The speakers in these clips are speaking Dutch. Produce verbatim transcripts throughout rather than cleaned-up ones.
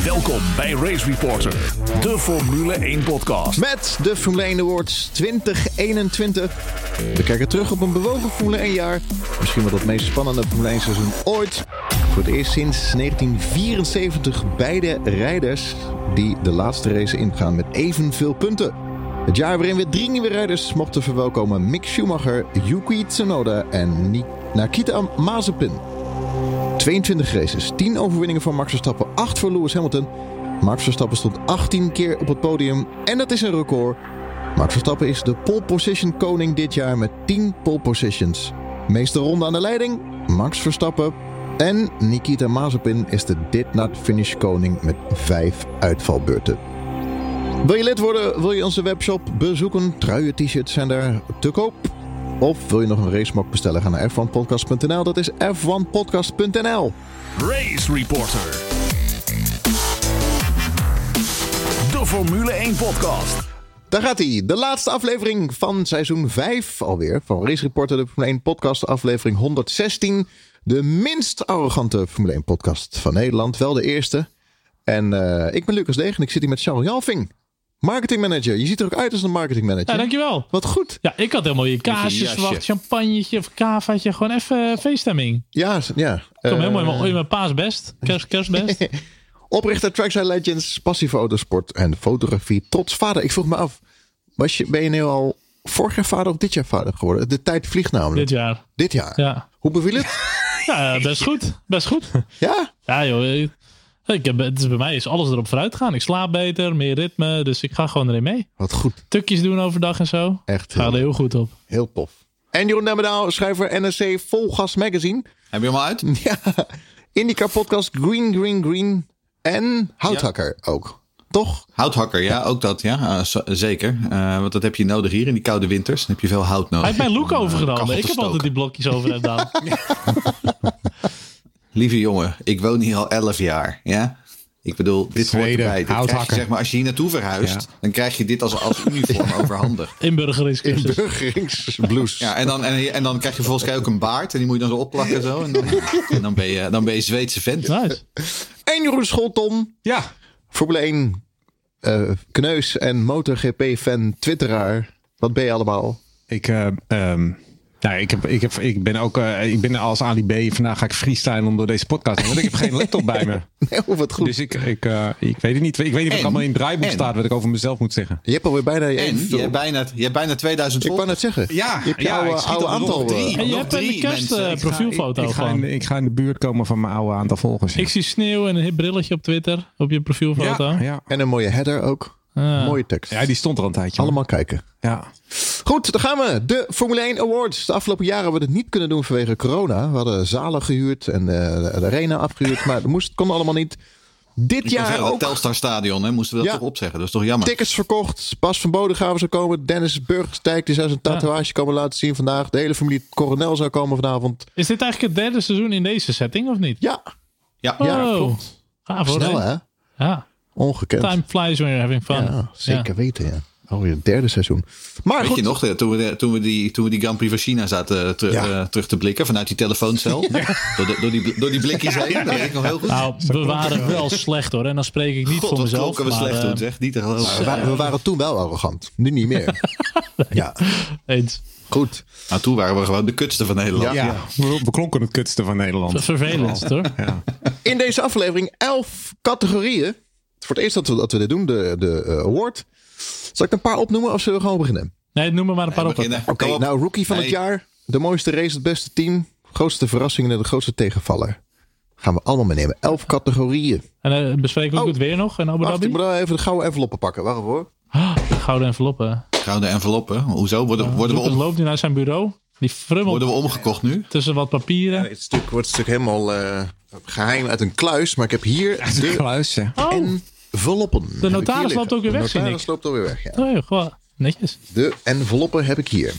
Welkom bij Race Reporter, de Formule één podcast. Met de Formule één Awards twintig eenentwintig. We kijken terug op een bewogen Formule één jaar. Misschien wel het meest spannende Formule één seizoen ooit. Voor het eerst sinds negentien vierenzeventig beide rijders die de laatste race ingaan met evenveel punten. Het jaar waarin we drie nieuwe rijders mochten verwelkomen. Mick Schumacher, Yuki Tsunoda en Nikita Mazepin. tweeëntwintig races, tien overwinningen voor Max Verstappen, acht voor Lewis Hamilton. Max Verstappen stond achttien keer op het podium en dat is een record. Max Verstappen is de pole position koning dit jaar met tien pole positions. Meeste ronde aan de leiding, Max Verstappen. En Nikita Mazepin is de did not finish koning met vijf uitvalbeurten. Wil je lid worden? Wil je onze webshop bezoeken? Truien, t-shirts zijn daar te koop. Of wil je nog een racemok bestellen? Ga naar f one podcast punt n l. Dat is f one podcast punt n l. Race Reporter, de Formule één podcast. Daar gaat hij. De laatste aflevering van seizoen vijf alweer. Van Race Reporter, de Formule één podcast, aflevering honderdzestien. De minst arrogante Formule één podcast van Nederland. Wel de eerste. En uh, ik ben Lucas Deeg en ik zit hier met Charles Jalving. Marketingmanager. Je ziet er ook uit als een marketingmanager. Ja, dankjewel. Wat goed. Ja, ik had helemaal je kaasjes verwacht, champagnetje of kavaatje. Gewoon even feeststemming. Ja, ja. Kom uh, helemaal in, in mijn paasbest. Kerst, kerstbest. Oprichter Trackside Legends, passie voor autosport en fotografie. Trots vader. Ik vroeg me af, was je, ben je nu al vorig jaar vader of dit jaar vader geworden? De tijd vliegt namelijk. Dit jaar. Dit jaar? Ja. Hoe beviel het? Ja, best goed. Best goed. Ja? Ja joh. Ik heb, het is bij mij is alles erop vooruit gegaan. Ik slaap beter, meer ritme. Dus ik ga gewoon erin mee. Wat goed. Tukjes doen overdag en zo. Echt heel, ga er heel goed op. Heel tof. En Jeroen Demmerdaal, schrijver N S C Volgas Magazine. Heb je hem al uit? Ja. IndyCar podcast Green, Green, Green. En Houthakker ja. ook. Toch? Houthakker, ja, ook dat, ja. Uh, z- zeker. Uh, want dat heb je nodig hier in die koude winters. Dan heb je veel hout nodig. Hij heeft mijn look overgenomen. Uh, ik heb altijd die blokjes over hem gedaan. Lieve jongen, ik woon hier al elf jaar, ja. Ik bedoel, dit Tweede, hoort erbij. Dit krijg je, zeg maar, als je hier naartoe verhuist, ja. dan krijg je dit als, als uniform overhandig. Inburgeringscursus. Inburgeringsblues. Ja, en dan, en, en dan krijg je volgens mij ook een baard. En die moet je dan zo opplakken zo. En dan, en dan, ben, je, dan ben je Zweedse vent. Nice. En Jeroen Scholton. Ja. Formule één uh, kneus en MotoGP-fan, twitteraar. Wat ben je allemaal? Ik... Uh, um... Nou, ik, heb, ik, heb, ik ben ook uh, ik ben als Ali B. Vandaag ga ik freestylen om door deze podcast heen. Want ik heb geen laptop bij me. Nee, oh, wat goed. Dus ik, ik, uh, ik weet het niet. Ik weet niet of ik allemaal in het draaiboek en, staat wat ik over mezelf moet zeggen. Je hebt alweer bijna... En je hebt bijna, je hebt bijna tweeduizend Ik wou net zeggen. Ja, je hebt je ja, oude, ik schiet oude al aantal. drie. En je nog hebt een kerstprofielfoto ik, ik, ga van. in, ik ga in de buurt komen van mijn oude aantal volgers. Ja. Ik zie sneeuw en een hip brilletje op Twitter. Op je profielfoto. Ja, ja. En een mooie header ook. Ah. Mooie tekst. Ja, die stond er al een tijdje. Allemaal kijken. Ja. Goed, dan gaan we. De Formule één Awards. De afgelopen jaren hebben we het niet kunnen doen vanwege corona. We hadden zalen gehuurd en de, de arena afgehuurd. Maar dat moest, kon allemaal niet. Dit ik jaar zeggen, ook. Het Telstar Stadion, hè, moesten we dat Ja. toch opzeggen. Dat is toch jammer. Tickets verkocht. Bas van Bodegraven zou komen. Dennis Burgerstijk die zou zijn tatoeage ja. komen laten zien vandaag. De hele familie Coronel zou komen vanavond. Is dit eigenlijk het derde seizoen in deze setting of niet? Ja. Ja, oh, ja klopt. Gaaf hoor. Snel hè? Ja. Ongekend. Time flies when you're having fun. Ja, zeker ja. weten ja. Oh, het derde seizoen. Maar Weet goed. je nog, toen we, toen, we die, toen we die Grand Prix van China zaten ter, ja. uh, terug te blikken vanuit die telefooncel. Ja. Door, de, door, die, door die blikjes heen. Dat weet ik nog heel goed. Nou, we waren wel slecht hoor. En dan spreek ik niet God, voor wat mezelf. klonken we maar, slecht uh, toen, zeg. Niet te geloven. We, waren, we waren toen wel arrogant. Nu niet meer. Ja. Eens. Goed. Nou, toen waren we gewoon de kutste van Nederland. Ja, ja. We, we klonken het kutste van Nederland. Vervelend hoor. Ja. In deze aflevering elf categorieën. Het is voor het eerst dat we, dat we dit doen, de, de uh, award. Zal ik een paar opnoemen of zullen we gewoon beginnen? Nee, noem maar maar een paar op. Oké, okay, nou rookie van nee. het jaar. De mooiste race, het beste team. Grootste verrassingen en de grootste tegenvaller. Gaan we allemaal meenemen. Elf categorieën. En uh, bespreken we ook oh. het weer nog in Abu Dhabi? Wacht, ik moet wel even de gouden enveloppen pakken. Wacht hoor. Oh, de gouden enveloppen. Gouden enveloppen? Hoezo? Worden, uh, worden we om... loopt nu naar zijn bureau. Die frummelt. Worden we omgekocht nu? Tussen wat papieren. Ja, het stuk wordt het stuk helemaal uh, geheim uit een kluis. Maar ik heb hier uit de een kluis, ja. Oh. enveloppen. De notaris loopt ook weer weg, zie ik. De notaris loopt alweer weg, ja. Oh, ja, gewoon netjes. De enveloppen heb ik hier.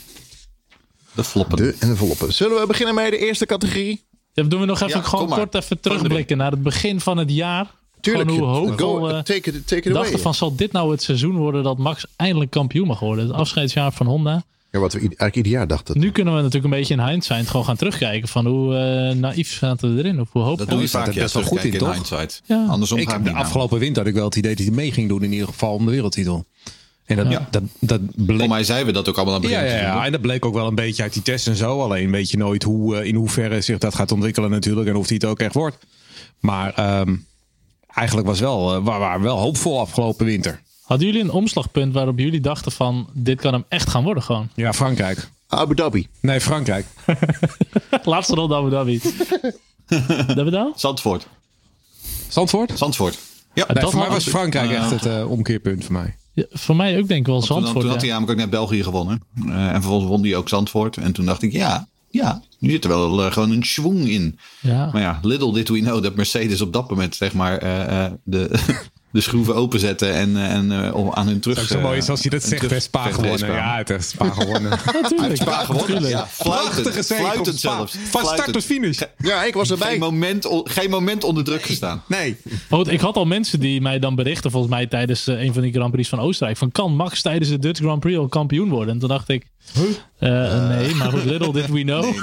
De floppen. De enveloppen. Zullen we beginnen met de eerste categorie? Ja, doen we nog even ja, gewoon kort even terugblikken naar het begin van het jaar. Tuurlijk. Gewoon hoe hoog Go, uh, take it, take it dachten away. van zal dit nou het seizoen worden dat Max eindelijk kampioen mag worden? Het afscheidsjaar van Honda. Ja, wat we i- eigenlijk ieder jaar dachten. Nu kunnen we natuurlijk een beetje in hindsight gewoon gaan terugkijken van hoe uh, naïef zaten we erin of hoe hoopvol. Dat doe je staat vaak er ja, best wel goed in, terugkijken toch? hindsight. Ja. Andersom Ik ga ik heb de niet nou. afgelopen winter had ik wel het idee dat hij mee ging doen in ieder geval om de wereldtitel. En dat, Ja. dat, dat bleek... Voor mij zeiden we dat ook allemaal aan het Ja, begin. ja, ja, en dat bleek ook wel een beetje uit die tests en zo. Alleen weet je nooit hoe, uh, in hoeverre zich dat gaat ontwikkelen natuurlijk. En of hij het ook echt wordt. Maar um, eigenlijk was wel, uh, we waren wel hoopvol afgelopen winter. Hadden jullie een omslagpunt waarop jullie dachten van dit kan hem echt gaan worden gewoon? Ja, Frankrijk. Abu Dhabi. Nee, Frankrijk. Laatste ronde Abu Dhabi. Dat we dan? Zandvoort. Zandvoort? Zandvoort. Ja, Nee, dat voor mij had- was Frankrijk echt het uh, omkeerpunt voor mij. Ja, voor mij ook denk ik wel toen, Zandvoort. toen had ja. hij namelijk ook net België gewonnen. Uh, en vervolgens won hij ook Zandvoort. En toen dacht ik, ja, ja, nu zit er wel uh, gewoon een schwung in. Ja. Maar ja, little did we know dat Mercedes op dat moment zeg maar uh, uh, de, de schroeven openzetten en, uh, en uh, om aan hun terug. Dat is zo mooi zoals je dat een zegt, terug- heeft Spa terugreis gewonnen. kwamen. Ja, het heeft Spa gewonnen. Natuurlijk. Spa gewonnen. Tuurlijk. Ja, fluitend, Prachtige zege op fluitend Spa. zelfs. Van start Fluitend. tot finish. Ja, ik was erbij. Geen moment, on- geen moment onder druk gestaan. Nee. Maar goed, ik had al mensen die mij dan berichten volgens mij tijdens uh, een van die Grand Prix van Oostenrijk. Van kan Max tijdens de Dutch Grand Prix al kampioen worden? En toen dacht ik, huh? uh, uh, nee, maar goed, little did we know.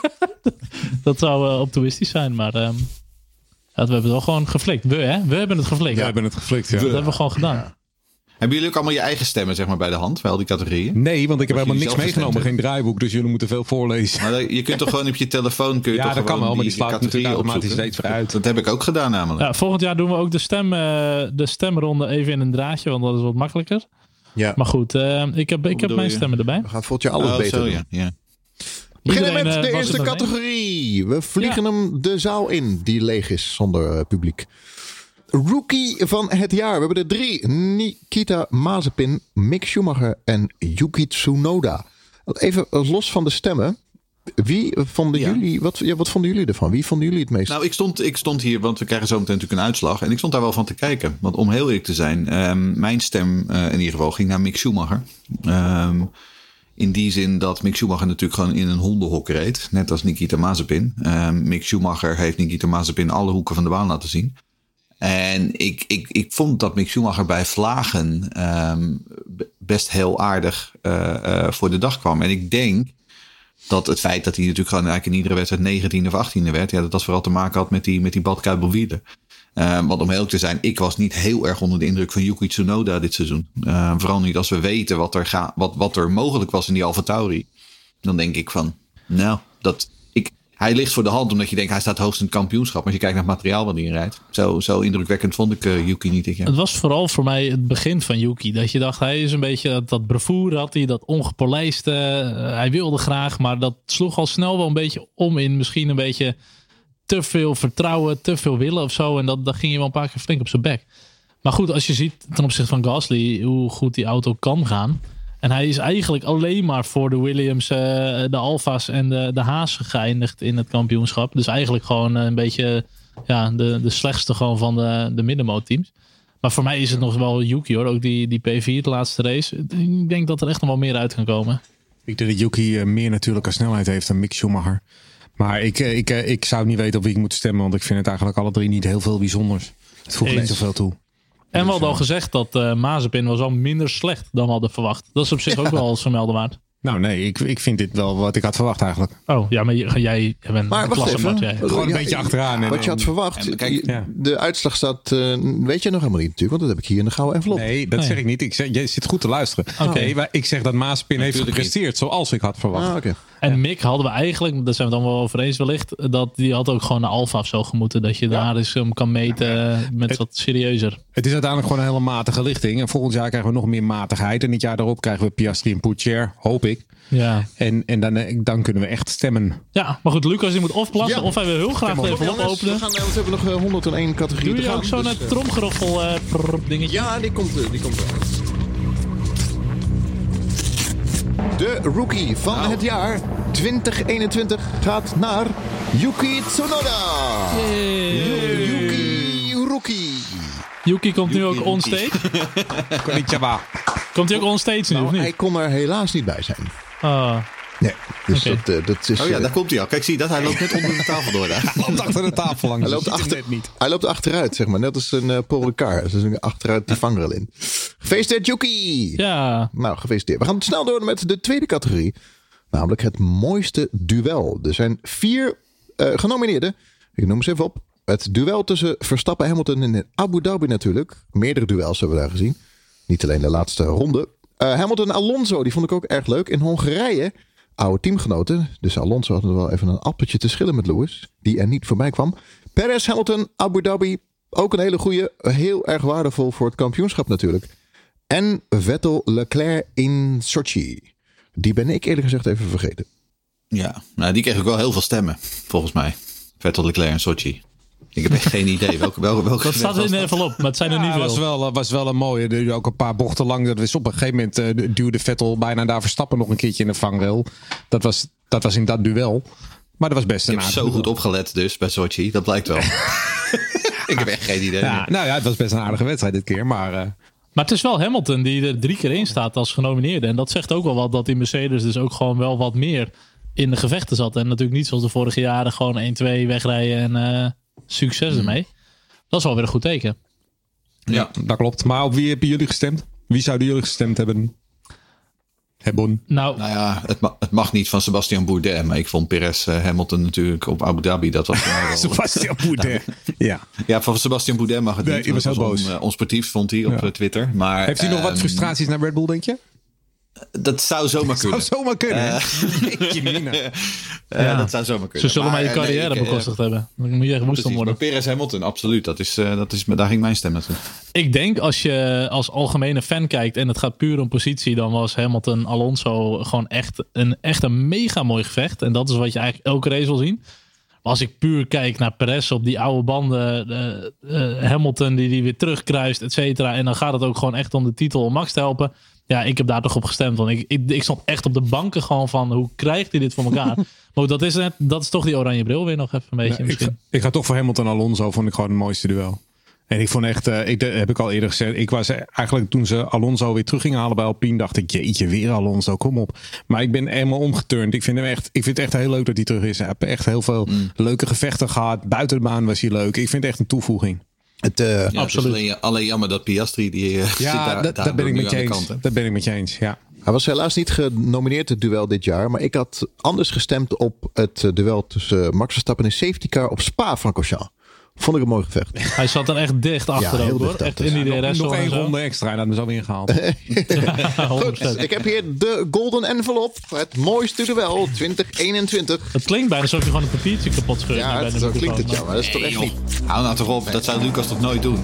Dat zou uh, optimistisch zijn, maar um, ja, we hebben het wel gewoon geflikt. We, hè? We hebben het geflikt. We hebben het geflikt, ja. Dat hebben we gewoon gedaan. Hebben jullie ook allemaal je eigen stemmen zeg maar, bij de hand? Bij al die categorieën? Nee, want ik heb Dat helemaal jullie niks zelf meegenomen. gestemd Geen draaiboek, dus jullie moeten veel voorlezen. Maar dat- je kunt toch gewoon op je telefoon kun je Ja, toch dat kan gewoon wel, maar die slaat categorieën natuurlijk automatisch opzoeken? steeds weer uit. Dat heb ik ook gedaan namelijk. Ja, volgend jaar doen we ook de, stem, uh, de stemronde even in een draadje, want dat is wat makkelijker. Ja. Maar goed, uh, ik heb, ik heb bedoel mijn je? stemmen erbij. We gaan volgend jaar alles Oh, beter zo, doen. ja. ja. We beginnen Iedereen, met uh, de was eerste er nog categorie. We vliegen hem de zaal in, die leeg is zonder uh, publiek. Rookie van het jaar. We hebben er drie. Nikita Mazepin, Mick Schumacher en Yuki Tsunoda. Even los van de stemmen. Wie vonden Ja. jullie, wat, ja, wat vonden jullie ervan? Wie vonden jullie het meest? Nou, ik stond, ik stond hier, want we krijgen zo meteen natuurlijk een uitslag. En ik stond daar wel van te kijken. Want om heel eerlijk te zijn, um, mijn stem uh, in ieder geval ging naar Mick Schumacher. Um, in die zin dat Mick Schumacher natuurlijk gewoon in een hondenhok reed. Net als Nikita Mazepin. Um, Mick Schumacher heeft Nikita Mazepin alle hoeken van de baan laten zien. En ik, ik, ik vond dat Mick Schumacher bij vlagen um, best heel aardig uh, uh, voor de dag kwam. En ik denk dat het feit dat hij natuurlijk gewoon eigenlijk in iedere wedstrijd negentiende of achttiende werd. Ja, dat dat vooral te maken had met die, met die badkuipelwielen. Uh, want om heel te zijn, ik was niet heel erg onder de indruk van Yuki Tsunoda dit seizoen. Uh, vooral niet als we weten wat er, ga, wat, wat er mogelijk was in die AlphaTauri. Dan denk ik van, nou, dat, ik, hij ligt voor de hand omdat je denkt, hij staat hoogst in het kampioenschap. Maar als je kijkt naar het materiaal wat hij in rijdt. Zo, zo indrukwekkend vond ik uh, Yuki niet dit jaar. Het was vooral voor mij het begin van Yuki. Dat je dacht, hij is een beetje dat, dat bravoure had hij, dat ongepolijste. Uh, hij wilde graag, maar dat sloeg al snel wel een beetje om in misschien een beetje te veel vertrouwen, te veel willen of zo. En dat, dat ging je wel een paar keer flink op zijn bek. Maar goed, als je ziet ten opzichte van Gasly hoe goed die auto kan gaan. En hij is eigenlijk alleen maar voor de Williams, uh, de Alfa's en de, de Haas geëindigd in het kampioenschap. Dus eigenlijk gewoon een beetje ja, de, de slechtste gewoon van de, de middenmootteams. Maar voor mij is het nog wel Yuki hoor. Ook die, die P vier, de laatste race. Ik denk dat er echt nog wel meer uit kan komen. Ik denk dat Yuki uh, meer natuurlijke snelheid heeft dan Mick Schumacher. Maar ik, uh, ik, uh, ik zou niet weten op wie ik moet stemmen. Want ik vind het eigenlijk alle drie niet heel veel bijzonders. Het voegt niet Eens. zoveel toe. En we hadden al gezegd dat uh, Mazepin was al minder slecht dan we hadden verwacht. Dat is op zich ook wel eens vermelden waard. Nou nee, ik, ik vind dit wel wat ik had verwacht eigenlijk. Oh, ja, maar jij, jij bent Maar de wacht klasse, even. Mart, jij. Gewoon een Ja, beetje achteraan. En, Wat je had en- verwacht. en kijk, je- ja. De uitslag staat, uh, weet je nog helemaal niet natuurlijk. Want dat heb ik hier in de gouden envelop. Nee, dat Nee. zeg ik niet. Ik zeg, jij zit goed te luisteren. Oké. Nee, maar ik zeg dat Mazepin heeft Natuurlijk gepresteerd zoals ik had verwacht. Ah, oké. En Mick hadden we eigenlijk, daar zijn we het dan wel over eens wellicht, dat die had ook gewoon een Alfa of zo gemoeten. Dat je daar eens hem kan meten met wat serieuzer. Het is uiteindelijk gewoon een hele matige lichting. En volgend jaar krijgen we nog meer matigheid. En dit jaar daarop krijgen we Piastri en Pourchaire, hoop ik. Ja. En, en dan, eh, dan kunnen we echt stemmen. ja, maar goed, Lucas die moet of plassen Ja. of hij wil heel graag de Jongens, envelop we openen. gaan, uh, we hebben nog uh, honderdéén categorieën Doe te je gaan. ook zo'n dus, dus, uh, tromgeroffel uh, prrr, dingetje? Ja, die komt, uh, die komt er. De rookie van het jaar twintig eenentwintig gaat naar Yuki Tsunoda. Yay. Yuki Rookie. Yuki komt nu Yuki ook onstage. Konnichiwa. Komt hij ook onstage nu, of Nou, niet? hij kon er helaas niet bij zijn. Ah. Nee, dus Oké. dat, uh, dat is... Oh ja, uh, daar komt hij al. Kijk, zie je dat? Hij loopt net onder de tafel door daar. Hij loopt achter de tafel langs. Hij loopt, dus je ziet hem achter, net niet. hij loopt achteruit, zeg maar. Net als een uh, Paul Ricard. Dus een achteruit die vangrail in. Gefeliciteerd, Yuki! Ja, Nou, gefeliciteerd. We gaan snel door met de tweede categorie. Namelijk het mooiste duel. Er zijn vier uh, genomineerden. Ik noem ze even op. Het duel tussen Verstappen en Hamilton in Abu Dhabi natuurlijk. Meerdere duels hebben we daar gezien. Niet alleen de laatste ronde. Uh, Hamilton en Alonso, die vond ik ook erg leuk. In Hongarije, oude teamgenoten. Dus Alonso had wel even een appeltje te schillen met Lewis. Die er niet voorbij kwam. Perez, Hamilton, Abu Dhabi. Ook een hele goede. Heel erg waardevol voor het kampioenschap natuurlijk. En Vettel, Leclerc in Sochi. Die ben ik eerlijk gezegd even vergeten. Ja, nou, die kreeg ook wel heel veel stemmen, volgens mij. Vettel, Leclerc en Sochi. Ik heb echt geen idee. Welke, welke, welke dat staat er in ieder geval op, maar het zijn er Ja, niet veel. was wel, was wel een mooie. Er duurde ook een paar bochten lang. Dat was op een gegeven moment uh, duwde Vettel bijna daar Verstappen nog een keertje in de vangrail. Dat was, dat was in dat duel. Maar dat was best een Ik heb aardig zo goed duel. opgelet dus bij Sochi. Dat blijkt wel. Ik heb echt geen idee. Ja, meer. nou ja, het was best een aardige wedstrijd dit keer. Maar uh, Maar het is wel Hamilton die er drie keer in staat als genomineerde. En dat zegt ook wel wat dat die Mercedes dus ook gewoon wel wat meer in de gevechten zat. En natuurlijk niet zoals de vorige jaren gewoon één twee wegrijden en uh, succes ermee. Dat is wel weer een goed teken. ja, dat klopt. Maar op wie hebben jullie gestemd? Wie zouden jullie gestemd hebben? Hebben. Nou, Nou ja, het, ma- het mag niet van Sebastian Bourdais. Maar ik vond Perez uh, Hamilton natuurlijk op Abu Dhabi. Dat was voor mij wel... Sebastian Bourdais. Ja. Ja, van Sebastian Bourdais mag het Nee, niet. hij was want heel het boos. on- uh, onsportief vond hij op Ja. uh, Twitter. Maar, Heeft hij nog wat ehm, frustraties naar Red Bull, denk je? Dat zou zomaar kunnen. Zou zomaar kunnen. Uh, Jeetje mina. Uh, Ja. Dat zou zomaar kunnen. ze zullen mij je Maar, uh, carrière nee, ik, uh, bekostigd hebben. Dan moet je echt woest om Precies, maar worden. Perez Hamilton, absoluut. Dat is, uh, dat is, daar ging mijn stem naartoe. Ik denk als je als algemene fan kijkt en het gaat puur om positie, dan was Hamilton Alonso gewoon echt een, echt een mega mooi gevecht. En dat is wat je eigenlijk elke race wil zien. Maar als ik puur kijk naar Perez op die oude banden, uh, uh, Hamilton die die weer terugkruist, et cetera. En dan gaat het ook gewoon echt om de titel om Max te helpen. Ja, ik heb daar toch op gestemd. Want ik, ik, ik stond echt op de banken gewoon van hoe krijgt hij dit voor elkaar? Maar dat is, net, dat is toch die oranje bril weer nog even een beetje. Ja, ik, misschien. ga, ik ga toch voor Hamilton Alonso. Vond ik gewoon het mooiste duel. En ik vond echt, uh, ik, dat heb ik al eerder gezegd. Ik was eigenlijk toen ze Alonso weer terug gingen halen bij Alpine, dacht ik, jeetje, weer Alonso, kom op. Maar ik ben helemaal omgeturnd. Ik vind hem echt, ik vind het echt heel leuk dat hij terug is. Hij heeft echt heel veel mm. leuke gevechten gehad. Buiten de baan was hij leuk. Ik vind het echt een toevoeging. Het, uh, Ja, Absoluut. absoluut. Alleen, alleen jammer dat Piastri, die uh, zit Ja, daar, dat, daar dat ben ik nu met je aan de eens. kant, hè. Dat ben ik met je eens, ja. Hij was helaas niet genomineerd het duel dit jaar. Maar ik had anders gestemd op het uh, duel tussen Max Verstappen en safety car op Spa-Francorchamps. Vond ik een mooi gevecht. Hij zat er echt dicht achter heel ook, dicht hoor. Echt achter. in die Ja, D R S. nog nog en één zo. ronde extra en dan is alweer ingehaald. Ja, honderd Goed, procent. ik heb hier de Golden Envelope. Het mooiste duel twintig eenentwintig. Het klinkt bijna alsof je gewoon een papiertje kapot scheurt. Ja, bij het, de zo klinkt het, ja. microfoon. Maar dat is toch Nee, echt joh. niet. Hou nou toch op, dat zou Lucas toch nooit doen?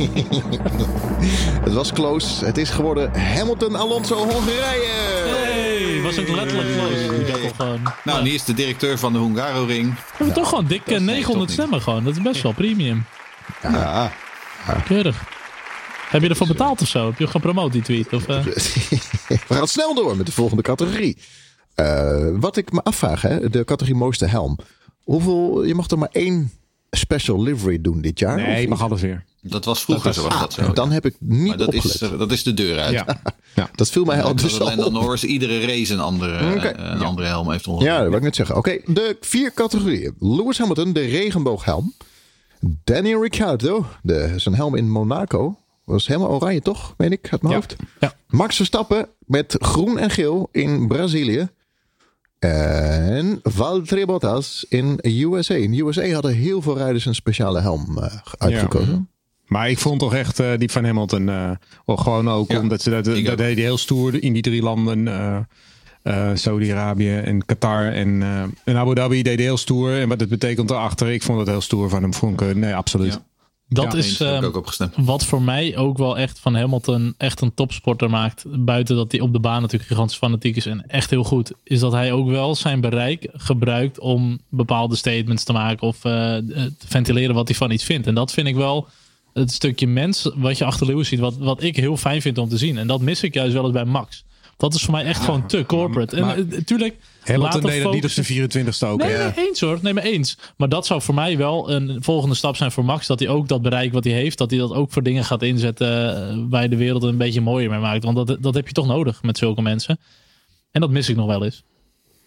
Het was close. Het is geworden Hamilton Alonso Hongarije. Hey, was ook letterlijk close. Die bakkel gewoon. Nou, Ja. en hier is de directeur van de Hungaroring. We hebben toch gewoon dikke nee, negenhonderd toch niet. stemmen gewoon. Dat is best wel premium. Ja. Keurig. Heb je ervoor betaald of zo? Heb je gepromoot die tweet? Of, uh? We gaan snel door met de volgende categorie. Uh, wat ik me afvraag, hè, de categorie mooiste helm. Hoeveel, je mag er maar één special livery doen dit jaar? Nee, of je mag niet? alles weer. Dat was vroeger Dat zo. is- Was dat zo. Dan heb ik niet maar dat opgelet. is, uh, dat is de deur uit. Ja. ja. Dat viel mij al En dus dat al alleen dan op. Norris iedere race een andere, Oké. uh, een Ja. andere helm heeft Ja, ongeveer. dat wil ik net zeggen. Oké, de vier categorieën. Lewis Hamilton, de regenbooghelm. Daniel Ricciardo, de, zijn helm in Monaco. Was helemaal oranje, toch? Meen ik, uit mijn Ja. hoofd. Ja. Max Verstappen met groen en geel in Brazilië. En Valtteri Bottas in U S A. In U S A hadden heel veel rijders een speciale helm uh, uitgekozen. Maar ik vond toch echt uh, die van Hamilton uh, gewoon ook Ja, omdat ze dat, ik dat ook. deed hij heel stoer in die drie landen. Uh, uh, Saudi-Arabië en Qatar en, uh, en Abu Dhabi deed hij heel stoer. En wat het betekent daarachter, ik vond het heel stoer van hem. Vond ik, uh, nee, absoluut. Ja. Dat Ja, is Eens, daar heb ik uh, ook op gestemd. wat voor mij ook wel echt van Hamilton echt een topsporter maakt. Buiten dat hij op de baan natuurlijk gigantisch fanatiek is en echt heel goed. Is dat hij ook wel zijn bereik gebruikt om bepaalde statements te maken. Of uh, te ventileren wat hij van iets vindt. En dat vind ik wel het stukje mens wat je achter Lewis ziet. Wat, wat ik heel fijn vind om te zien. En dat mis ik juist wel eens bij Max. Dat is voor mij echt ja, gewoon te corporate. maar- en natuurlijk. Hamilton deed dat niet op focussen- zijn vierentwintigste ook. Nee, hè? nee, eens hoor. Nee, maar eens. Maar dat zou voor mij wel een volgende stap zijn voor Max. Dat hij ook dat bereik wat hij heeft, dat hij dat ook voor dingen gaat inzetten uh, waar je de wereld een beetje mooier mee maakt. Want dat, dat heb je toch nodig met zulke mensen. En dat mis ik nog wel eens.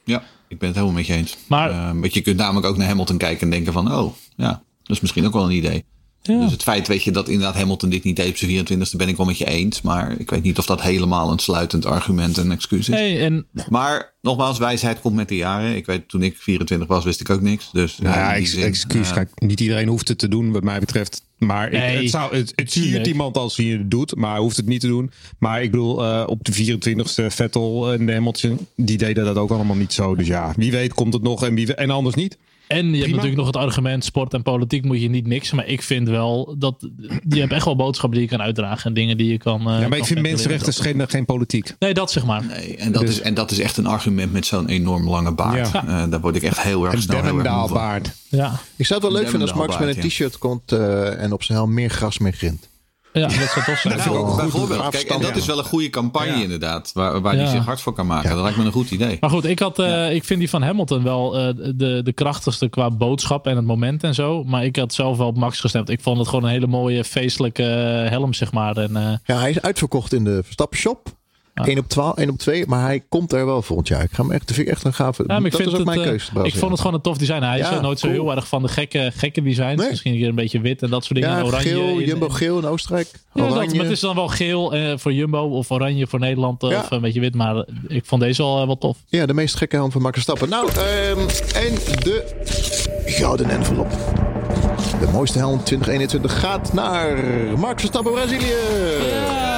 Ja, ik ben het helemaal met je eens. Maar, uh, want je kunt namelijk ook naar Hamilton kijken en denken van... oh, ja, dat is misschien ook wel een idee. Ja. Dus het feit, weet je, dat inderdaad Hamilton dit niet deed op zijn vierentwintigste... ben ik wel met je eens. Maar ik weet niet of dat helemaal een sluitend argument en excuus is. Hey, en... Maar nogmaals, wijsheid komt met de jaren. Ik weet, toen ik vierentwintig was, wist ik ook niks. Dus, nou ja, ex- zin, excuus. Uh, kijk, niet iedereen hoeft het te doen, wat mij betreft. Maar nee, ik, het, zou, het, het siert iemand als hij het doet, maar hij hoeft het niet te doen. Maar ik bedoel, uh, op de vierentwintigste Vettel en Hamilton, die deden dat ook allemaal niet zo. Dus ja, wie weet komt het nog en, wie, en anders niet. En je Prima. hebt natuurlijk nog het argument, sport en politiek moet je niet mixen. Maar ik vind wel dat je hebt echt wel boodschappen die je kan uitdragen. En dingen die je kan... Uh, ja, maar kan ik vind mensenrechten geen, geen politiek. Nee, dat zeg maar. Nee, en, dat dus. is, en dat is echt een argument met zo'n enorm lange baard. Ja. Uh, daar word ik echt heel erg een snel heel erg moe van. Ja. Ik zou het wel leuk vinden als Max met een t-shirt komt uh, en op zijn helm meer gras meer grind. Ja, dat zou tof zijn. Ja, ja, bijvoorbeeld. Kijk, en dat is wel een goede campagne ja. inderdaad. Waar, waar ja. die zich hard voor kan maken. Ja. Dat lijkt me een goed idee. Maar goed, ik, had, uh, ja. ik vind die van Hamilton wel uh, de, de krachtigste qua boodschap en het moment en zo. Maar ik had zelf wel op Max gestemd. Ik vond het gewoon een hele mooie feestelijke helm, zeg maar. En, uh, ja, hij is uitverkocht in de Verstappen shop. één op twaalf, één op twee, maar hij komt er wel volgend jaar. Ik ga hem echt, dat vind ik echt een gave. Ja, dat is ook het, mijn uh, keuze. Ik vond het gewoon een tof design. Hij ja, is nooit cool. zo heel erg van de gekke, gekke designs. Nee. Misschien hier een beetje wit en dat soort dingen. Ja, oranje geel, in, Jumbo geel in Oostenrijk. Ja, oranje. Dat, maar het is dan wel geel uh, voor Jumbo of oranje voor Nederland. Uh, ja. Of een beetje wit, maar ik vond deze al uh, wel tof. Ja, de meest gekke helm van Max Verstappen. Nou, um, en de gouden envelop. De mooiste helm twintig eenentwintig gaat naar Max Verstappen, Brazilië. Ja.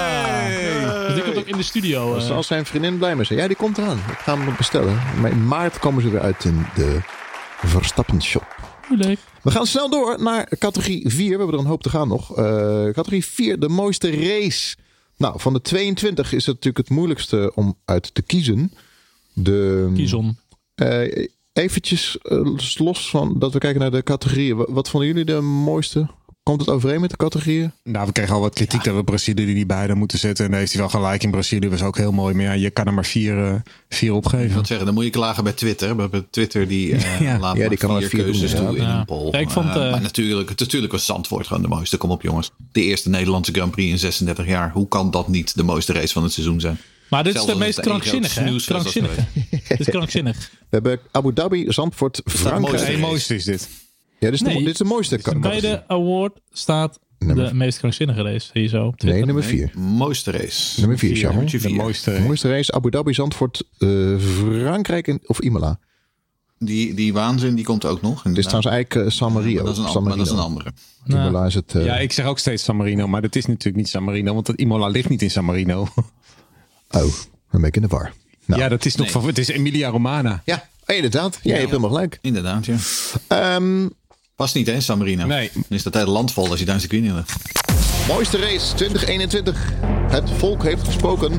Dus die komt ook in de studio. Uh. Zal zijn vriendin blij mee zijn. Ja, die komt eraan. Ik ga hem nog bestellen. Maar in maart komen ze weer uit in de Verstappen shop. Leuk. We gaan snel door naar categorie vier. We hebben er een hoop te gaan nog. Uh, categorie vier, de mooiste race. Nou, van de tweeëntwintig is het natuurlijk het moeilijkste om uit te kiezen. De, Kieson. Uh, eventjes uh, los van dat we kijken naar de categorieën. Wat vonden jullie de mooiste? Komt het overeen met de categorieën? Nou, we kregen al wat kritiek ja. dat we Brazilië die bij hadden moeten zetten. En daar heeft hij wel gelijk in. Brazilië was ook heel mooi. Maar ja, je kan er maar vier, uh, vier opgeven. Ik wil zeggen, dan moet je klagen bij Twitter. Bij Twitter die uh, ja. laat ja, die kan vier, vier keuzes doen, toe ja. in ja. een poll. Ja, ik vond, uh, uh, maar natuurlijk, natuurlijk was Zandvoort gewoon de mooiste. Kom op jongens. De eerste Nederlandse Grand Prix in zesendertig jaar. Hoe kan dat niet de mooiste race van het seizoen zijn? Maar dit Zelfs is de meest krankzinnige. Krankzinnig. Dit is krankzinnig. We hebben Abu Dhabi, Zandvoort, Frankrijk. Het mooiste is dit. Ja, dit is, nee, de, dit is de mooiste. Bij de award staat nummer. de meest krankzinnige race. Hier zo. Nee, nummer vier. Nee, mooiste race. Nummer vier, Charles. De mooiste race. De mooiste race. Abu Dhabi, Zandvoort, uh, Frankrijk en, of Imola. Die, die waanzin die komt ook nog. Inderdaad. Dit is trouwens eigenlijk uh, San Marino. Ja, dat, is een, maar dat is een andere. Nou, Imola is het. Uh... Ja, ik zeg ook steeds San Marino. Maar dat is natuurlijk niet San Marino. Want het Imola ligt niet in San Marino. Oh, dan ben ik in de war. Nou. Ja, dat is nog nee. van. Het is Emilia Romagna. Ja, inderdaad. Ja, ja, je hebt helemaal gelijk. Inderdaad, ja. Um, Past niet eens San Marino. Nee. Dan is dat hele land vol als je daar een circuit in hebt. Mooiste race twintig eenentwintig. Het volk heeft gesproken.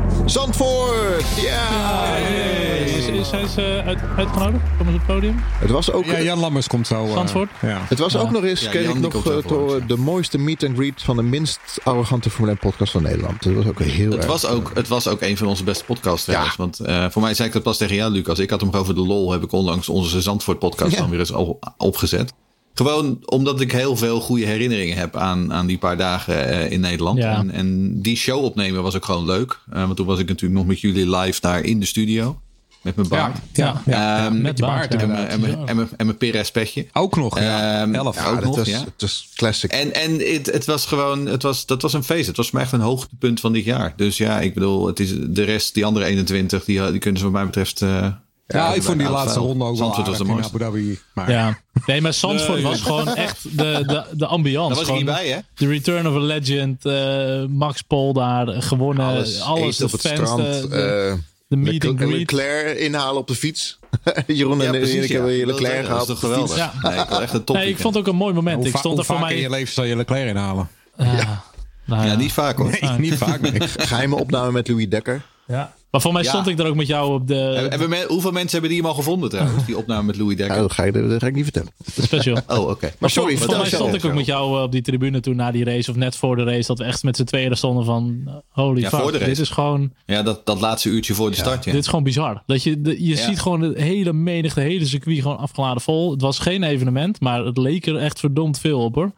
Zandvoort! Ja! ja hey. Is, is, zijn ze uit, uitgenodigd? Komen ze op het podium? Het was ook... Ja, Jan Lammers komt zo. Uh, Zandvoort? Ja. Het was ja. ook nog eens, ja, kreeg Jan, ik nog uh, door ja. de mooiste meet and greet van de minst arrogante Formule één podcast van Nederland. Dat was ook heel het erg. Was ook, het was ook een van onze beste podcasts. Ja. Want uh, voor mij zei ik dat pas tegen jou, Lucas. Ik had hem over de lol. Heb ik onlangs onze Zandvoort podcast ja. dan weer eens opgezet. Gewoon omdat ik heel veel goede herinneringen heb aan, aan die paar dagen uh, in Nederland. Ja. En, en die show opnemen was ook gewoon leuk. Uh, want toen was ik natuurlijk nog met jullie live daar in de studio. Met mijn baard. Ja, ja, ja, um, met je baard. En, en, en, en, en, en mijn Perez petje. Ook nog, ja. Um, Elf. Ja, ook dat nog, was, ja. Het was classic. En, en het, het was gewoon, het was, dat was een feest. Het was voor mij echt een hoogtepunt van dit jaar. Dus ja, ik bedoel, het is de rest, die andere eenentwintig, die, die kunnen ze wat mij betreft... Uh, Ja, ja, ik vond die laatste ronde ook wel was de mooiste. Abu Dhabi. Maar... Ja. Nee, maar Zandvoort nee, was gewoon echt de, de, de ambiance. Daar was ik niet bij, hè? The Return of a Legend, uh, Max Pol daar gewonnen. Alles, alles de op het fans, strand. De, de, uh, de meet and greet. Leclerc inhalen op de fiets. Jeroen en ja, ik hebben ja. Leclerc gehaald. Dat is toch geweldig? Ja. Nee, ik, echt een top nee, ik vond het ook een mooi moment. Hoe, ik stond hoe er voor vaak mij... in je leven zal je Leclerc inhalen? Uh, ja. Nou, ja, niet vaak hoor. Nee, niet vaak. Nee. Geheime opname met Louis Dekker. Ja. Maar voor mij stond ja. ik er ook met jou op de... Hebben we, hoeveel mensen hebben die hem al gevonden trouwens? Die opname met Louis Dekker. Ja, dat, ga ik, dat ga ik niet vertellen. Special. Oh, oké. Okay. Maar sorry. Voor, voor mij stond ik ook met jou op die tribune toen na die race. Of net voor de race. Dat we echt met z'n tweeën stonden van... Holy ja, fuck. Voor de race. Dit is gewoon... Ja, dat, dat laatste uurtje voor de ja. start. Ja. Dit is gewoon bizar. Dat je de, je ja. ziet gewoon de hele menigte, de hele circuit gewoon afgeladen vol. Het was geen evenement. Maar het leek er echt verdomd veel op hoor.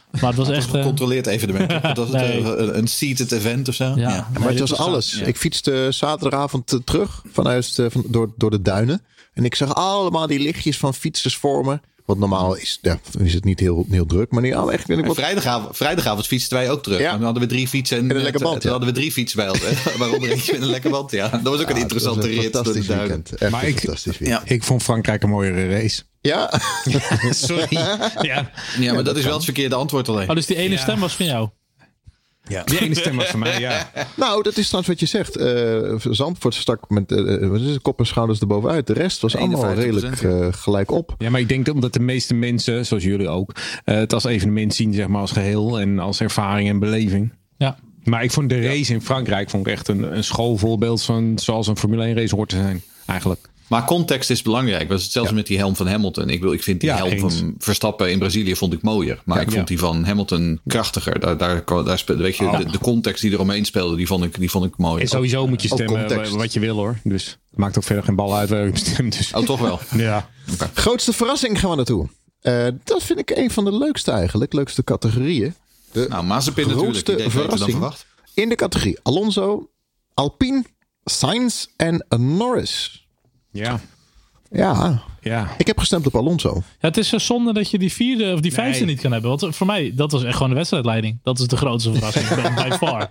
Maar het was Het echt... was een eh, gecontroleerd evenement. Dat was het, Nee. uh, een seated event of zo. Ja. Ja. Maar Nee, het dit was was alles. ja. Ik fietste zaterdagavond eh, terug vanuit, uh, van, door, door de duinen. En ik zag allemaal die lichtjes van fietsers voor me. Want normaal is, ja, is het niet heel, heel druk. Maar nu al echt... Ik En wat, vrijdagavond, vrijdagavond fietsten wij ook terug. Ja. En dan hadden we drie fietsen. En, En een lekker eh, band, toen ja. hadden we drie fietsen bij ons. hè. Waaronder eentje met een lekker band. Ja. Dat was ook een Ja, interessante het was een rit door de fantastisch duinen. weekend. Echt Maar een ik- fantastisch weekend. Ja. Ik vond Frankrijk een mooiere race. Ja? Sorry. ja. Ja, maar dat is wel het verkeerde antwoord alleen. Oh, dus die ene Ja. stem was van jou? Die ene stem was van mij, ja. Nou, dat is trouwens wat je zegt. Uh, Zandvoort stak met uh, wat is het, kop en schouders erbovenuit. De rest was allemaal eenenvijftig redelijk procent, uh, gelijk op. Ja, maar ik denk dat omdat de meeste mensen, zoals jullie ook, uh, het als evenement zien, zeg maar, als geheel en als ervaring en beleving. Ja. Maar ik vond de race in Frankrijk vond ik echt een, een schoolvoorbeeld van zoals een Formule één race hoort te zijn, eigenlijk. Maar context is belangrijk. Dat is hetzelfde Ja. met die helm van Hamilton. Ik, wil, ik vind die Ja, helm eens. van Verstappen in Brazilië vond ik mooier. Maar Ja, ik vond ja. die van Hamilton krachtiger. Daar, daar, daar speelde, weet je, Oh. de, de context die eromheen speelde, die vond ik, die vond ik mooier. En sowieso moet je Ook stemmen context. wat je wil, hoor. Dus het maakt ook verder geen bal uit waar je op stemt. Dus. Oh, toch wel? Ja. Grootste verrassing gaan we naartoe. Uh, dat vind ik een van de leukste eigenlijk. Leukste categorieën. De Nou, Mazepin natuurlijk. grootste Die deed beter dan verrassing verwacht. in de categorie Alonso, Alpine, Sainz en Norris. Ja. Ja, Ja. ik heb gestemd op Alonso. Ja, het is zo zonde dat je die vierde of die Nee. vijfde niet kan hebben. Want voor mij, dat was echt gewoon de wedstrijdleiding. Dat is de grootste verrassing. By far.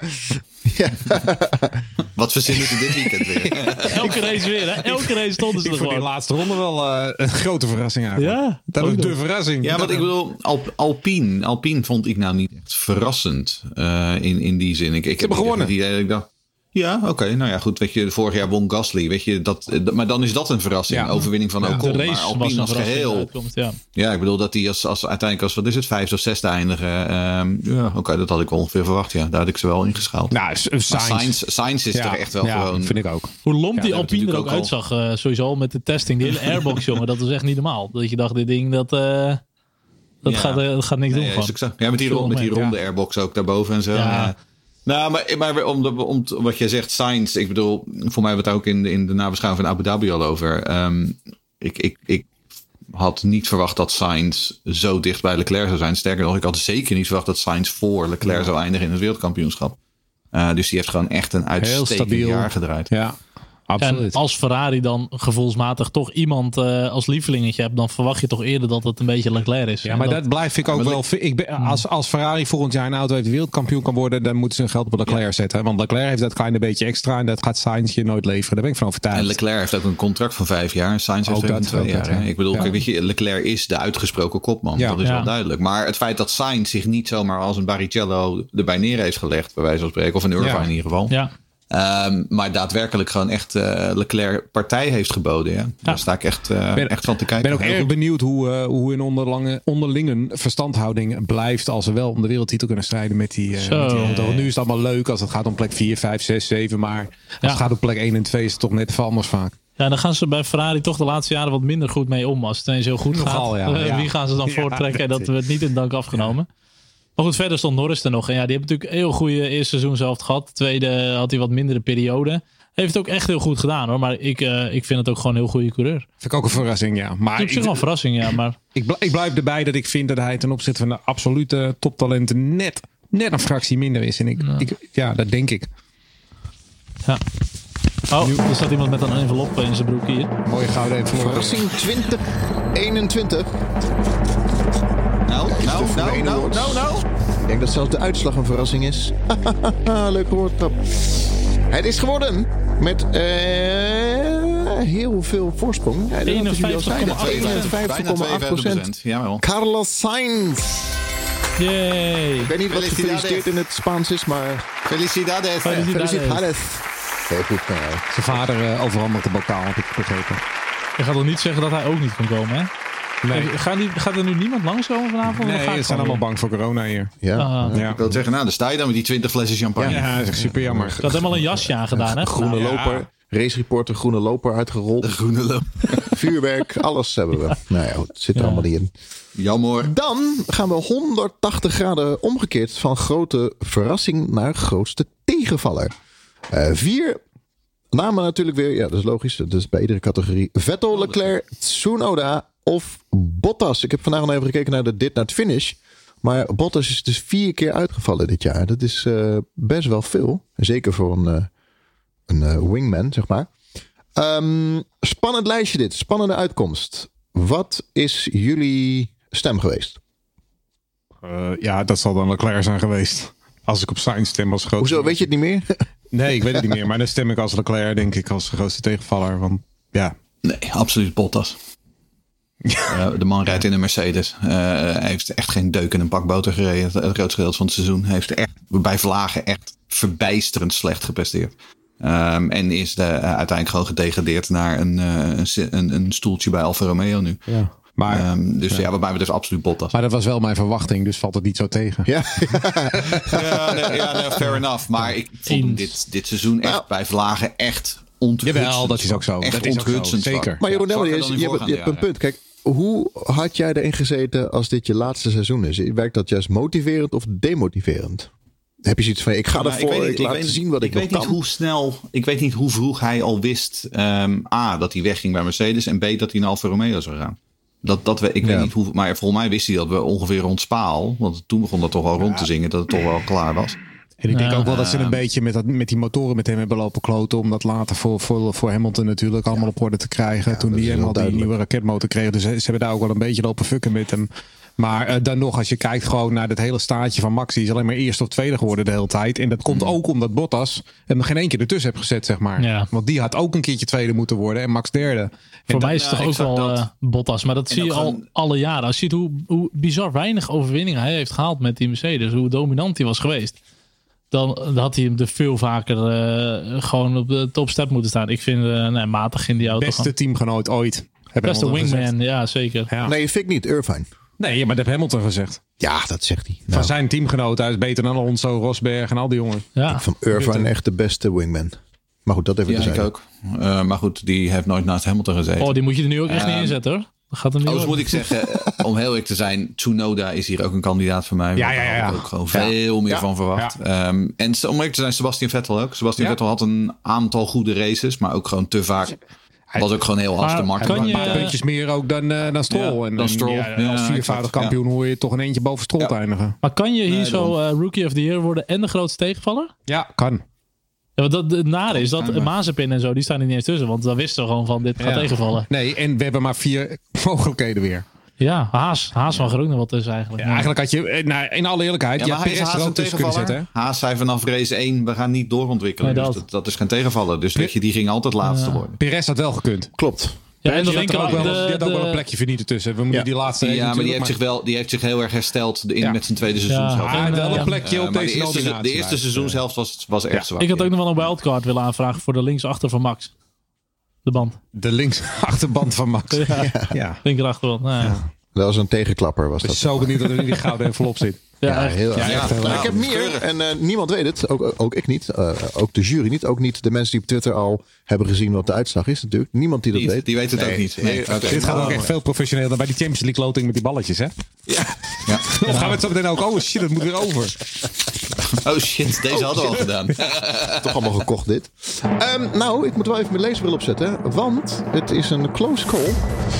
Wat verzinnen ze dit weekend weer? Elke race weer, hè? Elke race stonden ze Ik er vond die gewoon. laatste ronde wel uh, een grote verrassing eigenlijk. Ja, Dat ook was de nog. verrassing. Ja, want ik bedoel, Alp, Alpine, Alpine vond ik nou niet echt verrassend uh, in, in die zin. Ik, ik hebben heb gewonnen. Het idee dat ik dacht, ja, oké, okay, nou ja, goed. Weet je, vorig jaar won Gasly, weet je, dat, dat, maar dan is dat een verrassing. Ja. Overwinning van Ja. Ocon. De Maar race was Alpine een als verrassing. geheel. Uitkomt, ja. Ja, ik bedoel dat hij als, als uiteindelijk als, wat is het, vijfde of zesde eindigen. Um, ja, oké, okay, dat had ik ongeveer verwacht. Ja, daar had ik ze wel ingeschaald. Nou, S- Maar Sainz. Sainz, Sainz is ja, toch echt wel ja, gewoon... vind ik ook. Hoe lomp Ja, die dat Alpine er ook natuurlijk ook uitzag. Uh, sowieso al met de testing. Die hele airbox, jongen. Dat was echt niet normaal. Dat je dacht, dit ding, dat, uh, dat, Ja. gaat, uh, dat gaat niks Nee, doen ja, van. is ook zo. Ja, met die, Veel ronde, met die moment, ronde airbox ook daarboven en zo. Ja. Ja. Nou, maar, maar om, de, om t- wat jij zegt, Sainz. Ik bedoel, voor mij hebben we het daar ook in de, in de nabeschouwing van Abu Dhabi al over. Um, ik, ik, ik had niet verwacht dat Sainz zo dicht bij Leclerc zou zijn. Sterker nog, ik had zeker niet verwacht dat Sainz voor Leclerc zou eindigen in het wereldkampioenschap. Uh, dus die heeft gewoon echt een uitstekend stabiel. jaar gedraaid. Ja, absoluut. En als Ferrari dan gevoelsmatig toch iemand uh, als lievelingetje hebt, dan verwacht je toch eerder dat het een beetje Leclerc is. Ja, En maar dat, dat blijf ik ook maar wel. Ik ben, als, als Ferrari volgend jaar een auto heeft die wereldkampioen kan worden, dan moeten ze hun geld op Leclerc zetten. Want Leclerc heeft dat kleine beetje extra en dat gaat Sainz je nooit leveren. Daar ben ik van overtuigd. En Leclerc heeft ook een contract van vijf jaar. En Sainz heeft Ook ook een dat, twee ook jaar. dat, ja. hè. Ik bedoel, Ja. kijk, weet je, Leclerc is de uitgesproken kopman. Ja. Dat is Ja. wel duidelijk. Maar het feit dat Sainz zich niet zomaar als een Barrichello erbij neer heeft gelegd, bij wijze van spreken, of een Irvine Ja. in ieder geval. ja. Um, maar daadwerkelijk gewoon echt uh, Leclerc partij heeft geboden. Ja. Daar sta ik echt, uh, Ben- echt van te Ik kijken. ben ook Heel erg goed. benieuwd hoe, uh, hoe hun onderlange, onderlingen verstandhouding blijft als ze wel om de wereldtitel kunnen strijden met die, uh, Zo. met die auto. Want nu is het allemaal leuk als het gaat om plek vier, vijf, zes, zeven. Maar als Ja. het gaat om plek één en twee is het toch net even anders vaak. Ja, dan gaan ze bij Ferrari toch de laatste jaren wat minder goed mee om. Als het ineens heel goed Nogal, gaat. ja. Uh, Ja. Wie gaan ze dan Ja, voortrekken? En dat dat is- werd niet in dank afgenomen. Maar goed, verder stond Norris er nog. En ja, die heeft natuurlijk een heel goede eerste seizoen zelf gehad. De tweede had hij wat mindere periode. Heeft het ook echt heel goed gedaan hoor. Maar ik, uh, ik vind het ook gewoon een heel goede coureur. Vind ik ook een verrassing, ja. Maar Het is op zich ik, wel een verrassing, ja. Maar ik, bl- ik blijf erbij dat ik vind dat hij ten opzichte van de absolute toptalenten net, net een fractie minder is. En ik, Ja. ik, ja, dat denk ik. ja. Oh, er staat iemand met een envelop in zijn broek hier. Mooie gouden envelop. Verrassing twintig eenentwintig. Nou, nou, Formule nou, één nou, Awards. nou, nou. Ik denk dat zelfs de uitslag een verrassing is. Leuke woordgrap. Het is geworden met uh, heel veel voorsprong. Ja, eenenvijftig komma acht eenenvijftig komma acht procent. Jawel. Carlos Sainz. Yay. Ik weet niet wat Felicidades. gefeliciteerd in het Spaans is, maar Felicidades. Felicidades. felicitaties. Heel goed. Nou, Zijn vader uh, overhandigt de bokaal, heb ik begrepen. Je gaat toch niet zeggen dat hij ook niet kan komen, hè? Nee, Gaat, die, gaat er nu niemand langskomen vanavond? Of nee ga ik ze zijn gewoon allemaal weer? bang voor corona hier. ja. Ah. Ja, Ik wil zeggen, nou, dan sta je dan met die twintig flessen champagne. ja dat is echt super jammer. Ik had helemaal een jasje aangedaan, hè? Groene Nou, loper. Race reporter, groene loper uitgerold. De groene loop. Vuurwerk, alles hebben we. Nou ja, het zit er Ja. allemaal niet in. Jammer. Dan gaan we honderdtachtig graden omgekeerd van grote verrassing naar grootste tegenvaller. Uh, vier namen natuurlijk weer. Ja, dat is logisch. Dat is bij iedere categorie. Vettel, Leclerc, Tsunoda of Bottas. Ik heb vandaag nog even gekeken naar de dit naar het finish. Maar Bottas is dus vier keer uitgevallen dit jaar. Dat is uh, best wel veel. Zeker voor een, uh, een uh, wingman, zeg maar. Um, spannend lijstje dit. Spannende uitkomst. Wat is jullie stem geweest? Uh, ja, dat zal dan Leclerc zijn geweest. Als ik op Sainz stem als grootste. Hoezo, weet je het niet meer? Nee, ik weet het niet meer. Maar dan stem ik als Leclerc, denk ik, als de grootste tegenvaller. Want ja. Nee, absoluut Bottas. uh, de man rijdt in een Mercedes. Uh, hij heeft echt geen deuk in een pak boter gereden. Het, het grootste gedeelte van het seizoen. Hij heeft echt bij vlagen echt verbijsterend slecht gepresteerd. Um, en is de, uh, uiteindelijk gewoon gedegradeerd naar een, uh, een, een stoeltje bij Alfa Romeo nu. Ja. Maar, um, dus ja. ja, wat mij betreft absoluut Bottas. Maar dat was wel mijn verwachting, dus valt het niet zo tegen. Ja, ja, nee, ja nee, fair enough. Maar ik vond hem dit, dit seizoen echt nou, bij vlagen echt onthutsend. Jawel, dat is ook zo. Echt dat is onthutsend. zo. Zeker. Maar Jeroen, ja, je, je, je hebt, je hebt een punt. Kijk, hoe had jij erin gezeten als dit je laatste seizoen is? Werkt dat juist motiverend of demotiverend? Heb je zoiets van, ik ga ervoor, ik, ik, ik laat ik weet, zien wat ik, ik nog weet kan. Niet hoe snel, ik weet niet hoe vroeg hij al wist, um, A, dat hij wegging bij Mercedes en B, dat hij naar Alfa Romeo zou gaan. Dat, dat we, ik ja. weet niet hoe, maar volgens mij wist hij dat we ongeveer rond Spaal, want toen begon dat toch al rond te zingen, dat het toch wel klaar was. En ik denk ja, ook wel dat ze een uh, beetje met, dat, met die motoren met hem hebben lopen kloten. Om dat later voor, voor, voor Hamilton natuurlijk allemaal ja. op orde te krijgen. Ja, toen die helemaal die nieuwe raketmotor kregen. Dus ze, ze hebben daar ook wel een beetje lopen fucken met hem. Maar uh, dan nog, als je kijkt gewoon naar het hele staartje van Max. Die is alleen maar eerste of tweede geworden de hele tijd. En dat komt ook omdat Bottas hem geen één keer ertussen heeft gezet, zeg maar. Ja. Want die had ook een keertje tweede moeten worden. En Max derde. Voor en mij is het toch ook wel uh, Bottas. Maar dat en zie je al gewoon alle jaren. Als je ziet hoe, hoe bizar weinig overwinningen hij heeft gehaald met die Mercedes. Hoe dominant hij was geweest. Dan, dan had hij hem er veel vaker uh, gewoon op de topstep moeten staan. Ik vind uh, nee, matig in die auto. Beste gewoon. teamgenoot ooit. Beste wingman, gezegd. Ja zeker. Ja. Nee, vind ik niet, Irvine. Nee, maar dat heeft Hamilton gezegd. Ja, dat zegt hij. Van nou. zijn teamgenoten. Hij is beter dan Alonso, Rosberg en al die jongens. Ja. Ik vond Irvine echt de beste wingman. Maar goed, dat even ja, te zeggen. Ik ook. Uh, maar goed, die heeft nooit naast Hamilton gezeten. Oh, die moet je er nu ook echt uh, niet inzetten hoor. Dat gaat er niet. Oh, moet ik zeggen, om heel eerlijk te zijn, Tsunoda is hier ook een kandidaat voor mij. Ja, ja, ja. Daar had ik ook gewoon ja. veel meer ja. van verwacht. Ja. Um, en om eerlijk te zijn, Sebastian Vettel ook. Sebastian ja. Vettel had een aantal goede races, maar ook gewoon te vaak. Hij was ook gewoon heel hard te makkelijk. Kan je een paar puntjes meer ook dan, uh, dan Stroll. Ja, en, dan Stroll. Ja, ja, als viervoudig ja, kampioen ja. hoor je toch een eentje boven Stroll ja. eindigen. Maar kan je hier nee, zo uh, Rookie of the Year worden en de grootste tegenvaller? Ja, kan. Ja, want dat, het nare is dat Mazepin en zo, die staan er niet eens tussen. Want dan wisten we gewoon van, dit gaat ja. tegenvallen. Nee, en we hebben maar vier mogelijkheden weer. Ja, Haas. Haas van er ook nog wat tussen eigenlijk. Ja, eigenlijk had je, nou, in alle eerlijkheid, ja, je had Perez er ook tussen kunnen zetten. Haas zei vanaf race één, we gaan niet doorontwikkelen. Nee, dat. Dus dat, dat is geen tegenvallen. Dus weet je, die ging altijd laatste ja. worden. Perez had wel gekund. Klopt. Ja, en dan denk ik ook wel, de, die had ook wel een plekje verdiend ertussen. We moeten ja. die laatste. Ja, maar die heeft, maar zich wel, die heeft zich heel erg hersteld in, ja. met zijn tweede seizoen. Ja, hij had wel een plekje uh, op deze de eerste, de eerste seizoenshelft was, was echt ja. zwak. Ik had ook nog wel een wildcard willen aanvragen voor de linksachter van Max. De band. De linksachterband van Max. Ja, ja. ja. linkerachterband. Nou, ja. Ja. Dat was een tegenklapper. Was ik ben dat zo benieuwd dat er in die gouden envelop zit. Ja, ja, heel erg. Ja, ja, ja. Nou, ik heb meer en uh, niemand weet het. Ook, ook ik niet. Uh, ook de jury niet. Ook niet de mensen die op Twitter al hebben gezien wat de uitslag is natuurlijk. Niemand die dat niet, weet. Die weet het nee, ook niet. Nee, okay. Dit gaat ook echt veel professioneler dan bij die Champions League loting met die balletjes, hè? Ja. ja. Of gaan we het zo meteen ook? Oh shit, dat moet weer over. Oh shit, deze oh, hadden we al gedaan. Toch allemaal gekocht dit. Um, nou, ik moet wel even mijn leesbril opzetten. Want het is een close call.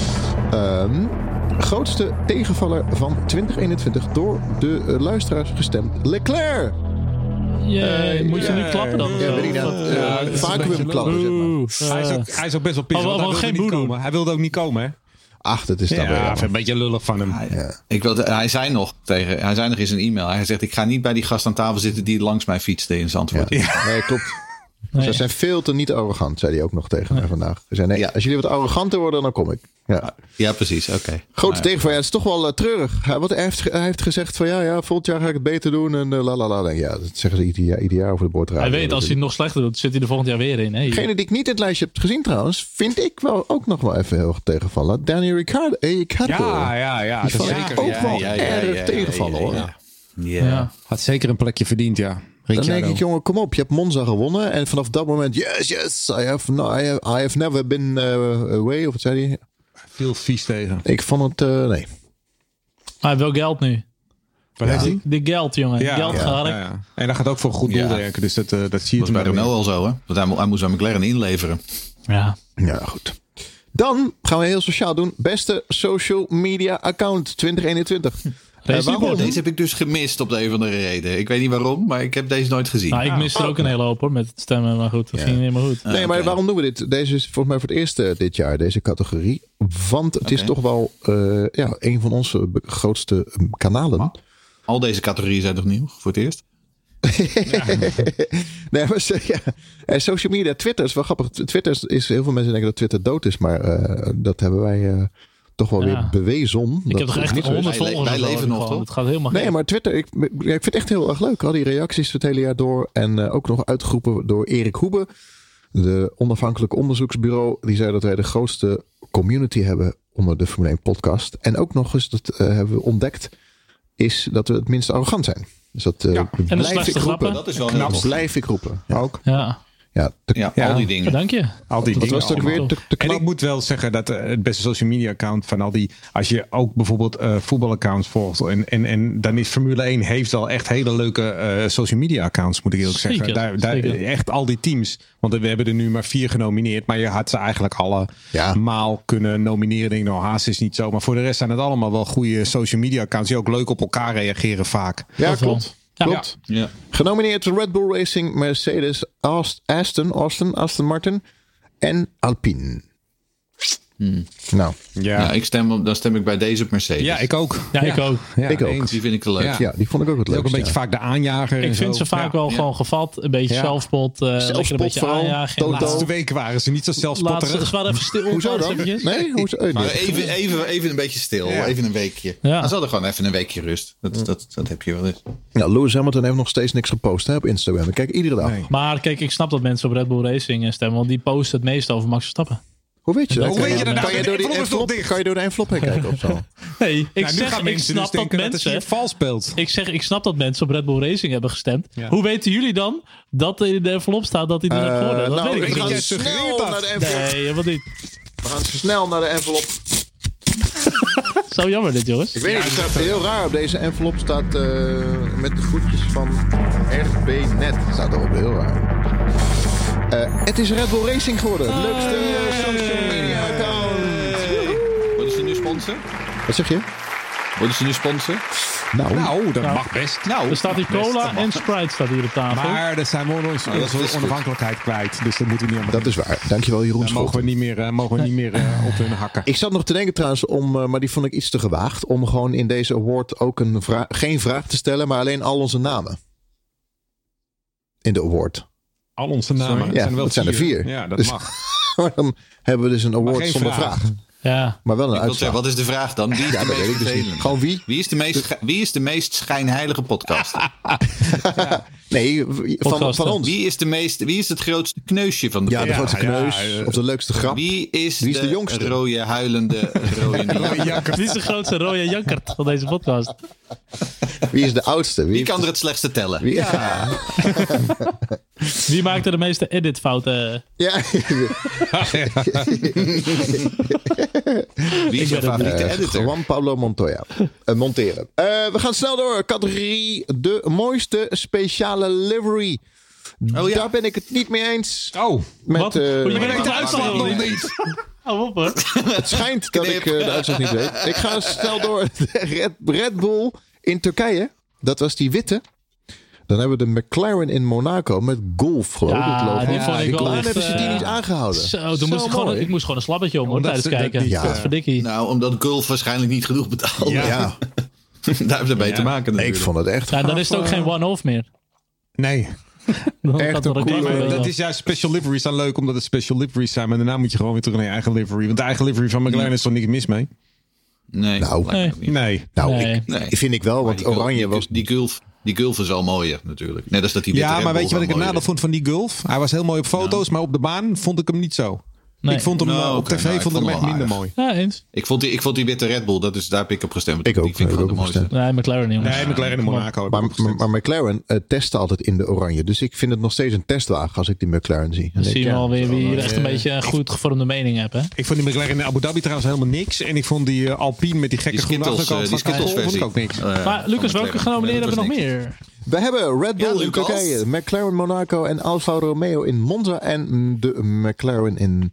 Um, grootste tegenvaller van twintig eenentwintig door de uh, luisteraars gestemd. Leclerc! Yeah, uh, moet je yeah. nu klappen dan? Ja, weet ik nou. Uh, ja, vacuüm klappen, zeg maar. Hij is ook, hij is ook best wel pissig. Oh, hij, wilde geen niet komen. hij wilde ook niet komen, hè? Ach, dat is dan ja, weer een beetje lullig van hem. Hij, ja. ik wilde, hij zei nog tegen, hij zei nog in zijn e-mail. Hij zegt, ik ga niet bij die gast aan tafel zitten die langs mij fietste in Zandvoort. Ja. Ja. Nee, klopt. Nee. Ze zijn veel te niet arrogant, zei hij ook nog tegen mij nee. vandaag. Ze zei, nee, ja, als jullie wat arroganter worden, dan kom ik. Ja, ja precies, oké. Okay. Grote tegenvaller, ja, het is toch wel uh, treurig. Hij, wat hij, heeft, hij heeft gezegd van, ja, ja, volgend jaar ga ik het beter doen. En uh, la, la, la. Ja, dat zeggen ze ieder jaar, ieder jaar over de boordradio. Hij weet, als hij het nog slechter doet, zit hij er volgend jaar weer in. Hey. Degene die ik niet in het lijstje heb gezien trouwens, vind ik wel ook nog wel even heel erg tegenvallen. Daniel Ricciardo. Eh, ja, ja, ja. Die dat is zeker. ook ja, wel ja, ja, erg ja, tegenvallen, ja, ja, ja, hoor. Ja. Ja. Had zeker een plekje verdiend, ja. Ricciardo. Dan denk ik, jongen, kom op. Je hebt Monza gewonnen. En vanaf dat moment, yes, yes. I have, no, I have, I have never been uh, away. Of wat zei hij? Veel vies tegen. Ik vond het, uh, nee. Hij heeft wel geld nu. Wat heeft hij? De geld, jongen. Ja, geld ja, geharkt. ja, ja. En dat gaat ook voor een goed doel ja. werken. Dus dat, uh, dat zie je dat bij Renault al zo, hè? Want hij, hij moest aan McLaren inleveren. Ja. Ja, goed. Dan gaan we heel sociaal doen. Beste social media account twintig eenentwintig. Race waarom? Report. Deze heb ik dus gemist op de een of andere reden. Ik weet niet waarom, maar ik heb deze nooit gezien. Nou, ik mis er ook een hele hoop hoor, met het stemmen. Maar goed, dat Ja. ging niet helemaal goed. Nee, maar oké. waarom doen we dit? Deze is volgens mij voor het eerst eh, dit jaar, deze categorie. Want het is Oké. toch wel eh, ja, een van onze be- grootste eh, kanalen. Al deze categorieën zijn toch nieuw voor het eerst? Nee, maar zo- ja. En social media, Twitter is wel grappig. Twitter is, is- heel veel mensen denken dat Twitter dood is, maar eh, dat hebben wij eh, toch wel Ja. weer bewezen. Ik dat heb toch het echt niet zo is. honderd Wij le- volgers. wij of zo, leven nog, gewoon. toch? Het gaat helemaal Nee, gek. maar Twitter, ik, ja, ik vind het echt heel erg leuk. Al die reacties het hele jaar door. En eh, ook nog uitgeroepen door Erik Hoebe, de onafhankelijke onderzoeksbureau. Die zei dat wij de grootste community hebben onder de Formule één podcast. En ook nog eens, dat eh, hebben we ontdekt, is dat we het minst arrogant zijn. Dus dat eh, Ja. En de blijf slechtste ik roepen. grappen. Dat is wel Nou, heel tof. blijf ik roepen. Ja, Ook. Ja, ja, de- Ja, Ja. al die dingen. dank je. Al die dat dingen was het ook allemaal. weer te, te En knap. ik moet wel zeggen dat eh, het beste social media account van al die... Als je ook bijvoorbeeld eh, voetbalaccounts volgt. En, en, en dan is Formule één heeft al echt hele leuke eh, social media accounts, moet ik eerlijk Zeker, zeggen. Daar, daar, zeker. echt al die teams. Want we hebben er nu maar vier genomineerd. Maar je had ze eigenlijk allemaal Ja. kunnen nomineren. Denk ik, nou, haast is niet zo. Maar voor de rest zijn het allemaal wel goede social media accounts. Die ook leuk op elkaar reageren vaak. Ja, Dat wel. klopt. Ja. Klopt. Ja. Genomineerd Red Bull Racing, Mercedes, Ast- Aston, Aston, Aston Martin en Alpine. Nou, Ja, Ja, ik stem op, dan stem ik bij deze op Mercedes. ja ik ook. Ja, ik ook. Ja, Ik ook. eens. Die vind ik te leuk. Ja. ja, die vond ik ook het Het is ook leukste. een beetje vaak de aanjager. en Ik vind zo. ze vaak Ja. wel Ja. gewoon gevat. Een beetje Ja. zelfspot. eh, lekker een beetje vooral, aanjagen. En Toto. De laatste weken waren ze niet zo Laatste, zelfspotterig. ze waren even stil. Hoezo laatst dan? eventjes. Nee, hoezo? Eh, Maar nee. even, even, even een beetje stil. Ja. Even een weekje. Ja. Dan zal er gewoon even een weekje rust. Dat, dat, dat heb je wel eens. Ja, Lewis Hamilton heeft nog steeds niks gepost hè, op Instagram. Ik kijk iedere dag. Nee. Maar kijk, ik snap dat mensen op Red Bull Racing eh, stemmen. Want die posten het meest over Max Verstappen. Hoe weet je dat? Hoe weet je dat nou? Kan je De door die envelop is nog envelop, dicht. kan je door de envelop heen kijken of zo? Nee, ik Nou, nu zeg, gaan ik mensen snap dus dat denken dat het mensen... hier vals speelt. Ik zeg, ik snap dat mensen op Red Bull Racing hebben gestemd. Ja. Hoe weten jullie dan dat er in de envelop staat dat hij er heeft Eh, geworden? Dat nou, weet we ik gaan niet. jij suggereert snel dat. naar de envelop. Nee, helemaal niet. We gaan snel naar de envelop. Zo jammer dit, jongens. Ik weet niet, het staat heel raar. Op deze envelop staat eh, met de voetjes van R B Net. Staat erop, heel raar. Eh, het is Red Bull Racing geworden. Het leukste social media account. Worden ze nu sponsor? Wat zeg je? Worden ze nu sponsor? Nou, Nou, dat Nou. mag best. Nou, Er staat hier cola en Sprite staat hier op tafel. Maar dat zijn we onze, dat is onze goed. onafhankelijkheid kwijt. Dus dat moeten we niet allemaal dat is waar. Dankjewel Jeroen doen. Daar mogen we Schotten. niet meer, eh, mogen we niet meer eh, op hun hakken. Ik zat nog te denken trouwens om, eh, maar die vond ik iets te gewaagd, om gewoon in deze award ook een vraag, geen vraag te stellen, maar alleen al onze namen. In de award. Al onze namen. Sorry. Het Ja, zijn er wel dat zijn er vier. Ja, dat Dus- mag. Maar dan hebben we dus een award geen zonder vraag. vraag. Ja. Maar wel een Ik wil uitslag. zeggen, wat is de vraag dan? Wie is Ja, de dat weet meest ik dus niet. vervelende? Gewoon wie? Wie is de meest, ge- wie is de meest schijnheilige podcaster? Nee, van, Podcasten. van ons. Wie is, de meest, wie is het grootste kneusje van de Ja, de podcast? grootste ja, kneus. ja. Of de leukste grap. Wie is, Wie is de de, jongste? rode huilende rode niet? Wie is de grootste rode jankert van deze podcast? Wie is de oudste? Wie, Wie heeft- kan er het slechtste tellen? Wie, ja. Wie maakt er de meeste editfouten? ja. Wie is jouw favoriete Eh, editor? Juan Pablo Montoya. Eh, monteren. Eh, we gaan snel door. Categorie de mooiste speciale livery. Oh ja. Daar ben ik het niet mee eens. Oh, Met, Wat? eh, Oh, je je weet weet de de uitslag uitslag nog nog niet. niet. Hou op hoor. Het schijnt dat ik eh, de uitslag niet weet. Ik ga snel door. De Red, Red Bull in Turkije. Dat was die witte. Dan hebben we de McLaren in Monaco met golf geloof ik. Ja, het logo. die vond ik Waarom wel echt, hebben ze die eh, niet aangehouden? Zo, toen moest ik, gewoon, mooi. ik moest gewoon een slabbetje om hoor, Omdat tijdens ze dat kijken. niet, Ja. eh, Verdikkie. Nou, omdat Gulf waarschijnlijk niet genoeg betaalt. Ja. Ja, Daar heeft ermee Ja. te maken ik natuurlijk. vond het echt Ja, dan gaaf, is het ook eh, geen one-off meer. Nee. Dan Echt gaat er een ook coole- even Maar wel. dat is juist special liveries dan leuk omdat het special liveries zijn. Maar daarna moet je gewoon weer terug naar je eigen livery. Want de eigen livery van McLaren is toch niks mis mee? Nee, Nou. lijkt me ook niet. Nee. Nou, Nee. ik, Nee. vind ik wel, Maar want die Gulf- oranje die, was... Die Gulf, die Gulf is al mooier natuurlijk. Net als dat die witte Ja, Red maar Bull weet je wat ik wel het nadeel mooier vond van die Gulf? Hij was heel mooi op foto's, maar op de baan vond ik hem niet zo. Nee. Ik vond hem Nou, eh, op oké, tv nou, ik vond ik hem vond echt hem wel minder mooi. Ja, eens. is. Ik vond, die, ik vond die witte Red Bull, dat is, daar heb ik op gestemd. Ik ook, Die vind ik heb ik gewoon de ook mooiste. Nee, McLaren jongens. Nee, McLaren in Monaco. heb ik Maar, ook gestemd. maar, maar McLaren uh, test altijd in de oranje. Dus ik vind het nog steeds een testwagen als ik die McLaren zie. Dan denk zie je ik, wel ja, weer wie hier zo, echt eh, een beetje een goed gevormde mening hebt. Hè? Ik vond die McLaren in Abu Dhabi trouwens helemaal niks. En ik vond die eh, Alpine met die gekke Die groene Skittles, achterkant eh, die van Skittles Skittles vond ik versie. ook niks. Eh, Maar van Lucas, McLaren. welke genomineerden Nee, hebben we dat nog was niks. meer? We hebben Red Bull Ja, in Lucas. Turkije, McLaren Monaco en Alfa Romeo in Monza. En de McLaren in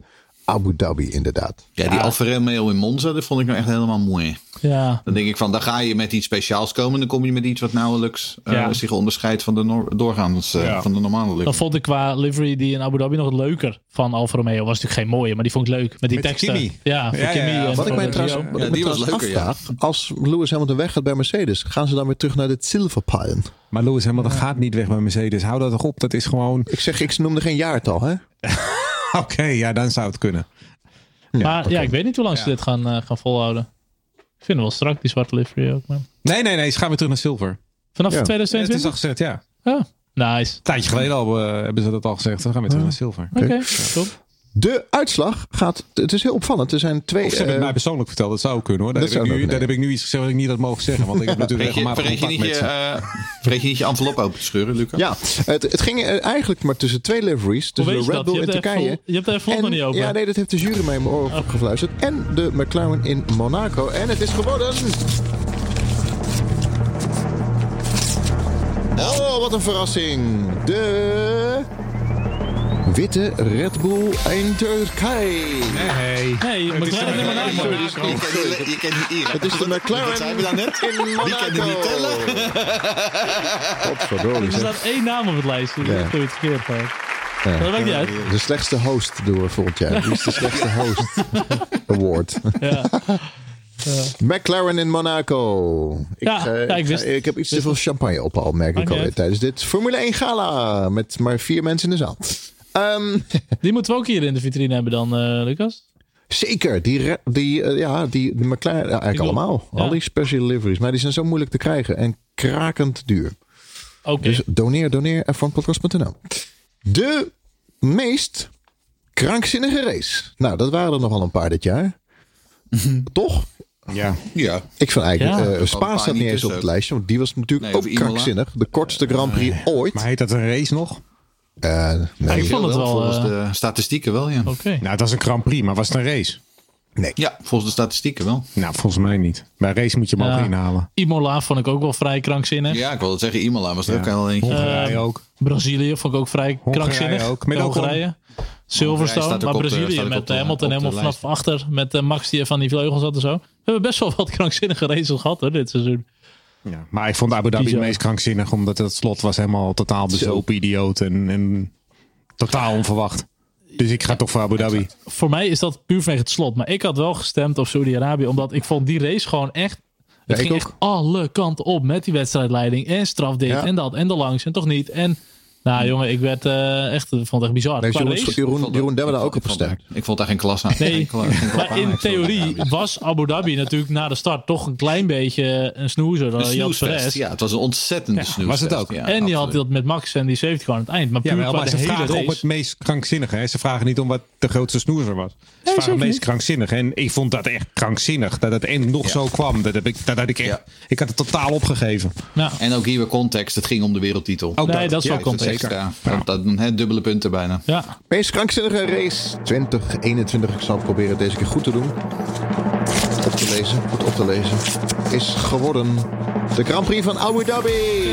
Abu Dhabi inderdaad. Ja, die Alfa Romeo in Monza, dat vond ik nou echt helemaal mooi. Ja. Dan denk ik van, dan ga je met iets speciaals komen. Dan kom je met iets wat nauwelijks uh, Ja. zich onderscheidt van de no- doorgaans uh, Ja. van de normale livery. Dan vond ik qua livery die in Abu Dhabi nog leuker van Alfa Romeo. Was natuurlijk geen mooie, maar die vond ik leuk. Met die Met teksten. Kimi. Ja, voor Ja, Kimi. ja, ja. en Wat ik voor mij de trouwens, Gio. wat Ja, ik me die was trouwens leuker, ja. afvraag, als Lewis Hamilton weg gaat bij Mercedes, gaan ze dan weer terug naar de Silverpalm? Maar Lewis Hamilton gaat niet weg bij Mercedes. Hou dat toch op. Dat is gewoon... Ik zeg, ik noemde geen jaartal, hè? Oké, okay, ja, dan zou het kunnen. Maar oké. ja, ik weet niet hoe lang ze Ja. dit gaan, uh, gaan volhouden. Ik vind het wel strak, die zwarte livery ook. Maar... Nee, nee, nee. Ze gaan weer terug naar zilver. Vanaf Ja. twintig Het is al tweeëntwintig? gezegd, ja. Ja, nice. Een tijdje geleden al uh, hebben ze dat al gezegd. We gaan weer terug naar zilver. Oké, okay. top. De uitslag gaat, het is heel opvallend. Er zijn twee... Of ze hebben het uh, mij persoonlijk verteld. Dat zou kunnen hoor. Daar, Dat heb ik, zou nu, ook daar kunnen. heb ik nu iets gezegd wat ik niet had mogen zeggen. Want ik heb natuurlijk Vergeet je, regelmatig vergeet, je contact niet met je, ze. uh, vergeet je niet je envelop open te scheuren, Lucas? Ja, het, het ging uh, eigenlijk maar tussen twee liveries. Hoe Tussen weet de je Red dat? Bull Je in hebt, de Turkije. envelop- je hebt de envelop nog niet open. Ja, nee, dat heeft de jury mij in mijn oor Oh. gefluisterd. En de McLaren in Monaco. En het is geworden... Oh, wat een verrassing. De witte Red Bull in Turkije. Nee. Nee, McLaren in Monaco. Je kent, je kent niet Irak. Het is de McLaren Wat zijn we dan net? in Monaco. Die kent niet tellen. Godverdorie, Er zeg. staat één naam op het lijstje. Ja. Dat doe je het verkeerd gewoon. Ja. Dat maakt niet uit. De slechtste host doen we volgend jaar. Wie is de slechtste host award? Ja. McLaren in Monaco. Ik, Ja, eh, ja, ik ik, wist- ga- ik heb iets te veel champagne op al, merk ik Maakt niet alweer uit. tijdens dit Formule één gala. Met maar vier mensen in de zaal. Ehm, Die moeten we ook hier in de vitrine hebben dan, uh, Lucas. zeker, die, re- die, eh, ja, die, die McLaren, ja, eigenlijk Ik wil- allemaal. ja. Al die special liveries. Maar die zijn zo moeilijk te krijgen en krakend duur. Oké. Dus doneer, doneer, f one podcast punt n l. De meest krankzinnige race. Nou, dat waren er nogal een paar dit jaar. Toch? Ja. Ja. Ik vind eigenlijk, Ja. eh, een Spa paar staat niet niet eens op tussen het ook. lijstje. Want die was natuurlijk Nee, of ook Imola. krankzinnig. De kortste Grand Prix ooit. Maar heet dat een race nog? Eh, nee. Ik vond het wel, Volgens eh, de statistieken wel, ja. Oké. Nou, het was een Grand Prix, maar was het een race? Ja, volgens de statistieken wel. Nou, volgens mij niet. Bij een race moet je hem Ja. ook inhalen. Imola vond ik ook wel vrij krankzinnig. Ja, ik wilde zeggen, Imola was er Ja. ook al eentje. Hongarije Eh, ook. Brazilië vond ik ook vrij Hongarije krankzinnig. ook. Met ook Hongarije. Silverstone. staat ook Maar op de- Brazilië staat ook met op de- Hamilton op de helemaal vanaf lijst. achter. Met uh, Max die van die vleugels had en zo. We hebben best wel wat krankzinnige races gehad hoor, dit seizoen. Ja, maar ik vond Abu Dhabi Bizar. het meest krankzinnig. Omdat het slot was helemaal totaal bezopen, idioot. En, en totaal onverwacht. Dus ik ga toch voor Abu Dhabi. Voor mij is dat puur vanwege het slot. Maar ik had wel gestemd op Saudi-Arabië. Omdat ik vond die race gewoon echt... Het Ja, ik ging ook. echt alle kanten op met die wedstrijdleiding. En straf dit Ja. en dat en de langs en toch niet. En nou jongen, ik werd uh, echt, vond het echt bizar. Nee, Qua Jeroen, race- Jeroen, Jeroen Demmer daar ook Ik op vond gestemd. daar- Ik vond daar geen klas aan. Nee, Geen kla- geen klap maar aan. in Ik vond- theorie ja, was Abu Dhabi natuurlijk na de start toch een klein beetje een snoezer dan Een Jan snoesfest. Perez. Ja, het was een ontzettende Ja, snoesfest. was het ook. Ja, En die had absoluut. dat met Max en die safety car aan het eind. Maar puur Ja, wel, qua maar de ze hele vragen race. op het meest krankzinnige. Hè? Ze vragen niet om wat de grootste snoezer was. Ze Nee, vragen zeker het meest niet. krankzinnige. En ik vond dat echt krankzinnig. Dat het en nog Ja. zo kwam. Dat heb ik, dat had ik, echt, Ja. ik had het totaal opgegeven. Nou, En ook hier weer context. Het ging om de wereldtitel. Ook nee, dat is wel Ja, dat is context. extra. Dat, dat, hè, dubbele punten bijna. Ja, Meest krankzinnige race twintig eenentwintig. Ik zal het proberen deze keer goed te doen. Op te lezen, goed op te lezen. Is geworden de Grand Prix van Abu Dhabi.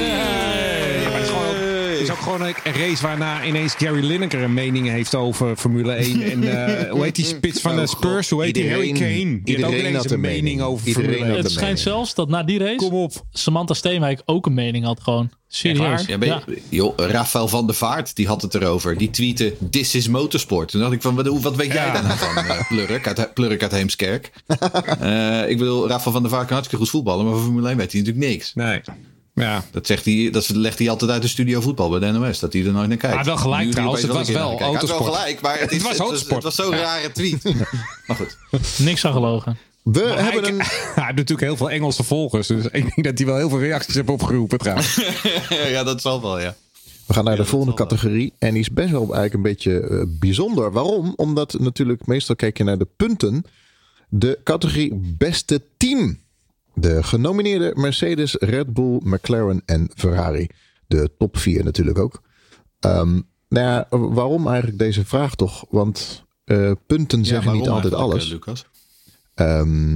Ja, maar het is gewoon ook, het is ook gewoon een race waarna ineens Gary Lineker een mening heeft over Formule één. En uh, hoe heet die spits van de Oh, Spurs? Hoe heet die? Harry iedereen- Kane. Die heeft ook iedereen ineens had een een mening mening. over Iedereen Formule had één. een het schijnt mening. zelfs dat na die race Kom op. Samantha Steenwijk ook een mening had gewoon. Serieus. Echt Ja, ben je- Ja. joh, Rafael van der Vaart, die had het erover. Die tweette, this is motorsport. Toen dacht ik van, wat, wat weet jij Ja. daar nou van, uh, Plurk, uit, Plurk uit Heemskerk? Uh, ik bedoel, Rafael van der Vaart kan hartstikke goed voetballen, maar voor Formule één weet hij natuurlijk niks. Nee. Ja. Dat, zegt hij, dat legt hij altijd uit de studio voetbal bij de N O S, dat hij er nooit naar kijkt. Maar wel gelijk Nu is hij trouwens, opeens het was een wel keer naar kijken. Hij had autosport. wel gelijk, maar het, Het is, was het, was, autosport. het was zo'n rare tweet. Maar goed. Niks aan gelogen. We Maar hebben hij, een... hij heeft natuurlijk heel veel Engelse volgers. Dus ik denk dat hij wel heel veel reacties heeft opgeroepen trouwens. Ja, dat zal wel, ja. We gaan naar de dat volgende zal wel. categorie. En die is best wel eigenlijk een beetje eh, bijzonder. Waarom? Omdat natuurlijk meestal kijk je naar de punten. De categorie beste team. De genomineerde Mercedes, Red Bull, McLaren en Ferrari. De top vier natuurlijk ook. Um, nou ja, waarom eigenlijk deze vraag toch? Want uh, punten zeggen Ja, niet waarom altijd eigenlijk, alles. uh, Lucas? Um,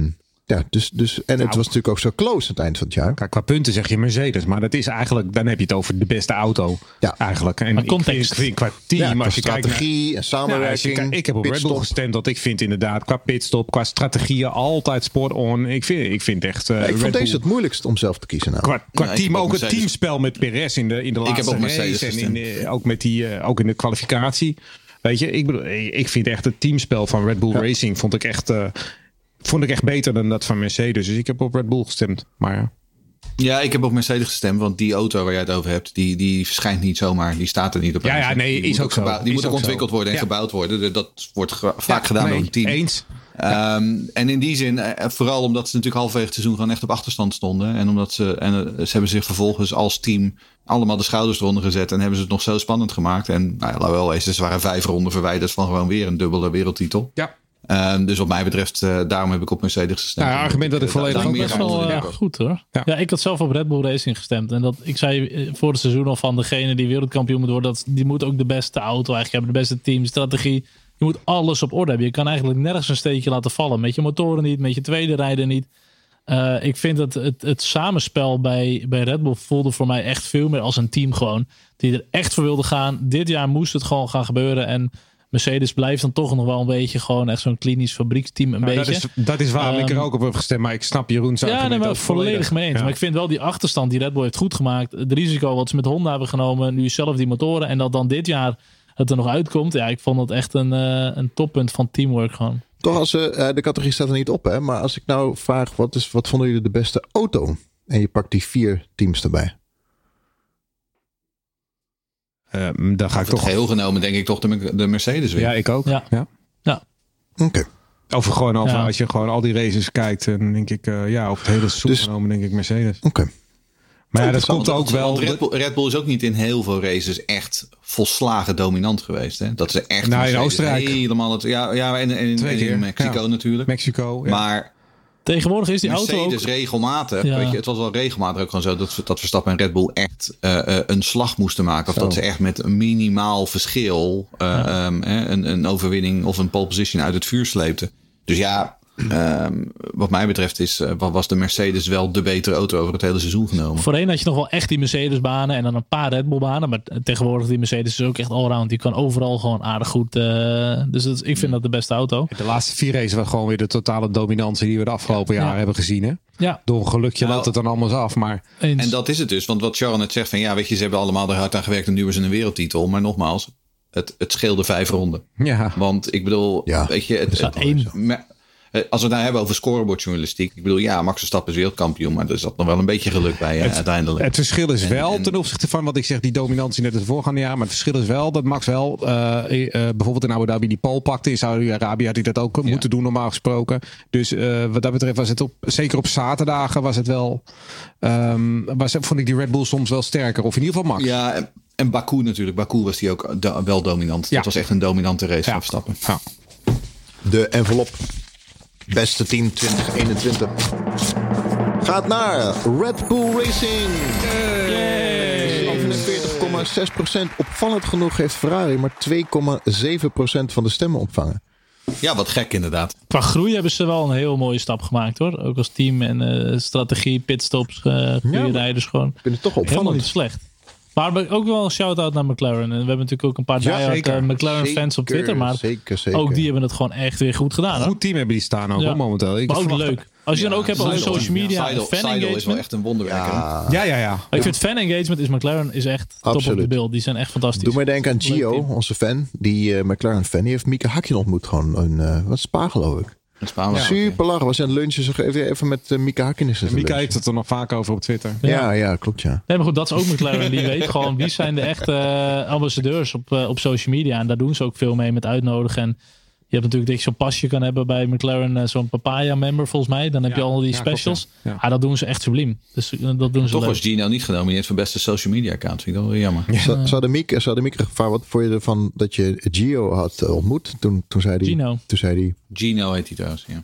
Ja, dus, dus, en het Nou. was natuurlijk ook zo close aan het eind van het jaar. Kijk, qua punten zeg je Mercedes, maar dat is eigenlijk, dan heb je het over de beste auto. Ja. Eigenlijk. En Maar ik context. vind, ik vind qua team, Ja, qua als je kijkt naar, strategie en ja, als je samenwerking. kijkt, ik heb op Red Bull pitstop. gestemd, dat ik vind inderdaad qua pitstop, qua strategieën altijd sport on. Ik vind, ik vind echt. Uh, Ja, ik Red vond Bull, deze het moeilijkst om zelf te kiezen. Nou. Qua, qua Ja, ik heb team ook ook het Mercedes. teamspel met Perez in de, in de heb laatste ook Mercedes race. En in, gestemd. uh, ook, met die, uh, ook in de kwalificatie. Weet je, ik, bedoel, ik vind echt het teamspel van Red Bull Ja. Racing vond ik echt, uh, vond ik echt beter dan dat van Mercedes. Dus ik heb op Red Bull gestemd. Maar ja. Ja, ik heb op Mercedes gestemd, want die auto waar jij het over hebt, die, die verschijnt niet zomaar. Die staat er niet op. Ja, ja, nee, die is moet ook zo. gebouwd- Die Is moet ook ook ontwikkeld zo. worden en Ja. gebouwd worden. Dat wordt ge- vaak Ja, gedaan nee, door een team. Eens. Ehm, en in die zin, eh, vooral omdat ze natuurlijk halverwege het seizoen gewoon echt op achterstand stonden. En omdat ze, en eh, ze hebben zich vervolgens als team allemaal de schouders eronder gezet. En hebben ze het nog zo spannend gemaakt. En nou ja, laat wel wezen, ze waren vijf ronden verwijderd van gewoon weer een dubbele wereldtitel. Ja. Ehm, dus wat mij betreft, uh, daarom heb ik op Mercedes gestemd. Nou ja, argument dat ik Uh, volledig daar Dat ook is meer best van wel onder uh, de goed hoor. Ja. Ja. ik had zelf op Red Bull Racing gestemd. En dat, ik zei eh, voor het seizoen al van degene die wereldkampioen moet worden. Dat, die moet ook de beste auto eigenlijk hebben. De beste team, strategie. Je moet alles op orde hebben. Je kan eigenlijk nergens een steekje laten vallen. Met je motoren niet, met je tweede rijder niet. Uh, ik vind dat het, het samenspel bij, bij Red Bull voelde voor mij echt veel meer als een team gewoon. Die er echt voor wilde gaan. Dit jaar moest het gewoon gaan gebeuren. En Mercedes blijft dan toch nog wel een beetje gewoon echt zo'n klinisch fabrieksteam een Nou, beetje. dat, is, dat is waarom Um, ik er ook op heb gestemd. Maar ik snap Jeroen's Ja, argument nee, maar ook volledig mee eens. Ja. Maar ik vind wel die achterstand die Red Bull heeft goed gemaakt. Het risico wat ze met Honda hebben genomen. Nu zelf die motoren. En dat dan dit jaar het er nog uitkomt. Ja, ik vond het echt een, uh, een toppunt van teamwork gewoon. Toch als uh, de categorie staat er niet op, hè? Maar als ik nou vraag, wat, is, wat vonden jullie de beste auto? En je pakt die vier teams erbij. Uh, dan ga ik Het toch. geheel genomen denk ik toch de, de Mercedes weer. Ja, ik ook. Ja. Ja. Ja. Oké. Okay. Over gewoon over Ja. als je gewoon al die races kijkt, dan denk ik, uh, ja, op het hele seizoen Dus- genomen denk ik Mercedes. Oké. Okay. Maar ja, Oh, dat dat komt zal- ook wel. Want Red Bull, Red Bull is ook niet in heel veel races echt volslagen dominant geweest. Hè? Dat ze echt Nou, in Mercedes Oostenrijk. helemaal het, ja, ja, en, en, Twee en keer, in Mexico ja. natuurlijk. Mexico. Ja. Maar Tegenwoordig is die auto Mercedes ook... regelmatig, Ja. weet je, het was wel regelmatig ook gewoon zo dat, dat Verstappen en Red Bull echt uh, uh, een slag moesten maken. Of Zo. dat ze echt met een minimaal verschil uh, Ja. um, eh, een, een overwinning of een pole position uit het vuur sleepten. Dus ja, um, wat mij betreft is, uh, was de Mercedes wel de betere auto over het hele seizoen genomen. Voorheen had je nog wel echt die Mercedes banen en dan een paar Red Bull banen. Maar tegenwoordig die Mercedes is ook echt allround. Die kan overal gewoon aardig goed. Uh, dus dat, ik vind dat de beste auto. De laatste vier races was gewoon weer de totale dominantie die we de afgelopen Ja. jaren hebben gezien. Hè? Ja. Door een gelukje Nou, loopt het dan allemaal af. Maar Eens. En dat is het dus. Want wat Charles net zegt van ja, weet je, ze hebben allemaal er hard aan gewerkt en nu is het een wereldtitel. Maar nogmaals, het, het scheelde vijf ronden. ja, Want ik bedoel, Ja, weet je, het, is het- wel één. me- eh, als we het nou hebben over scorebordjournalistiek. Ik bedoel, ja, Max Verstappen is wereldkampioen. Maar er zat nog wel een beetje geluk bij eh, uiteindelijk. het verschil is En- wel en- ten opzichte van wat ik zeg, die dominantie net het voorgaande jaar. Maar het verschil is wel dat Max wel uh, uh, bijvoorbeeld in Abu Dhabi die pole pakte. In Saudi-Arabië had hij dat ook Ja. moeten doen normaal gesproken. Dus uh, wat dat betreft was het op, zeker op zaterdagen was het wel, um, was, vond ik die Red Bull soms wel sterker. Of in ieder geval Max. Ja, en, en Baku natuurlijk. Baku was die ook do- wel dominant. Ja. Dat was echt een dominante race van Ja. Verstappen. Ja. De envelop. Beste team twintig eenentwintig. Gaat naar Red Bull Racing. zevenenveertig komma zes procent. Opvallend genoeg heeft Ferrari maar twee komma zeven procent van de stemmen ontvangen. Ja, wat gek inderdaad. Qua groei hebben ze wel een heel mooie stap gemaakt hoor. Ook als team en uh, strategie, pitstops, uh, goede maar- rijders gewoon. Ik vind het toch Helemaal opvallend. niet slecht. Maar ook wel een shout-out naar McLaren. En we hebben natuurlijk ook een paar Ja, diehard zeker. uh, McLaren-fans op Zeker, Twitter. Maar zeker, zeker. ook die hebben het gewoon echt weer goed gedaan. Hoor. Goed team hebben die staan ook Ja. hoor, momenteel. Ik Maar ook verwacht- leuk. Als je dan ook hebt over Seidel- social media en Seidel- fan Seidel is wel engagement. echt een wonderwerker. Ja, Ja, ja, ja. Ik vind fan engagement is McLaren is echt top op Absoluut. de beeld. Die zijn echt fantastisch. doe mij denken aan Leuk Gio, team. onze fan. Die uh, McLaren-fan. Die heeft Mika Hakkinen ontmoet. Gewoon een uh, wat Spa, geloof ik. In Spanje. Super lachen. Was aan het lunchen. Zo even, even met uh, Mika Hakkinen. zitten Mika lunchen. heeft het er nog vaak over op Twitter. Ja, ja, klopt ja. Nee, maar goed, dat is ook McLaren. Die weet gewoon wie zijn de echte uh, ambassadeurs op, uh, op social media. En daar doen ze ook veel mee met uitnodigen. En je hebt natuurlijk dat je zo'n pasje kan hebben bij McLaren. Uh, zo'n papaya member volgens mij. Dan heb je Ja, al die ja, klopt, specials. ja. Ja. Ja. dat doen ze echt subliem. Dus uh, dat doen ze Toch leuk. was Gino niet genomineerd voor beste social media account. Vind ik dat wel jammer. Zou zou de Mieke zou de Mieke gevraagd, wat vond je ervan dat je Gio had uh, ontmoet? Toen, toen zei hij... Gino. Toen zei hij... Gino heet hij trouwens, ja.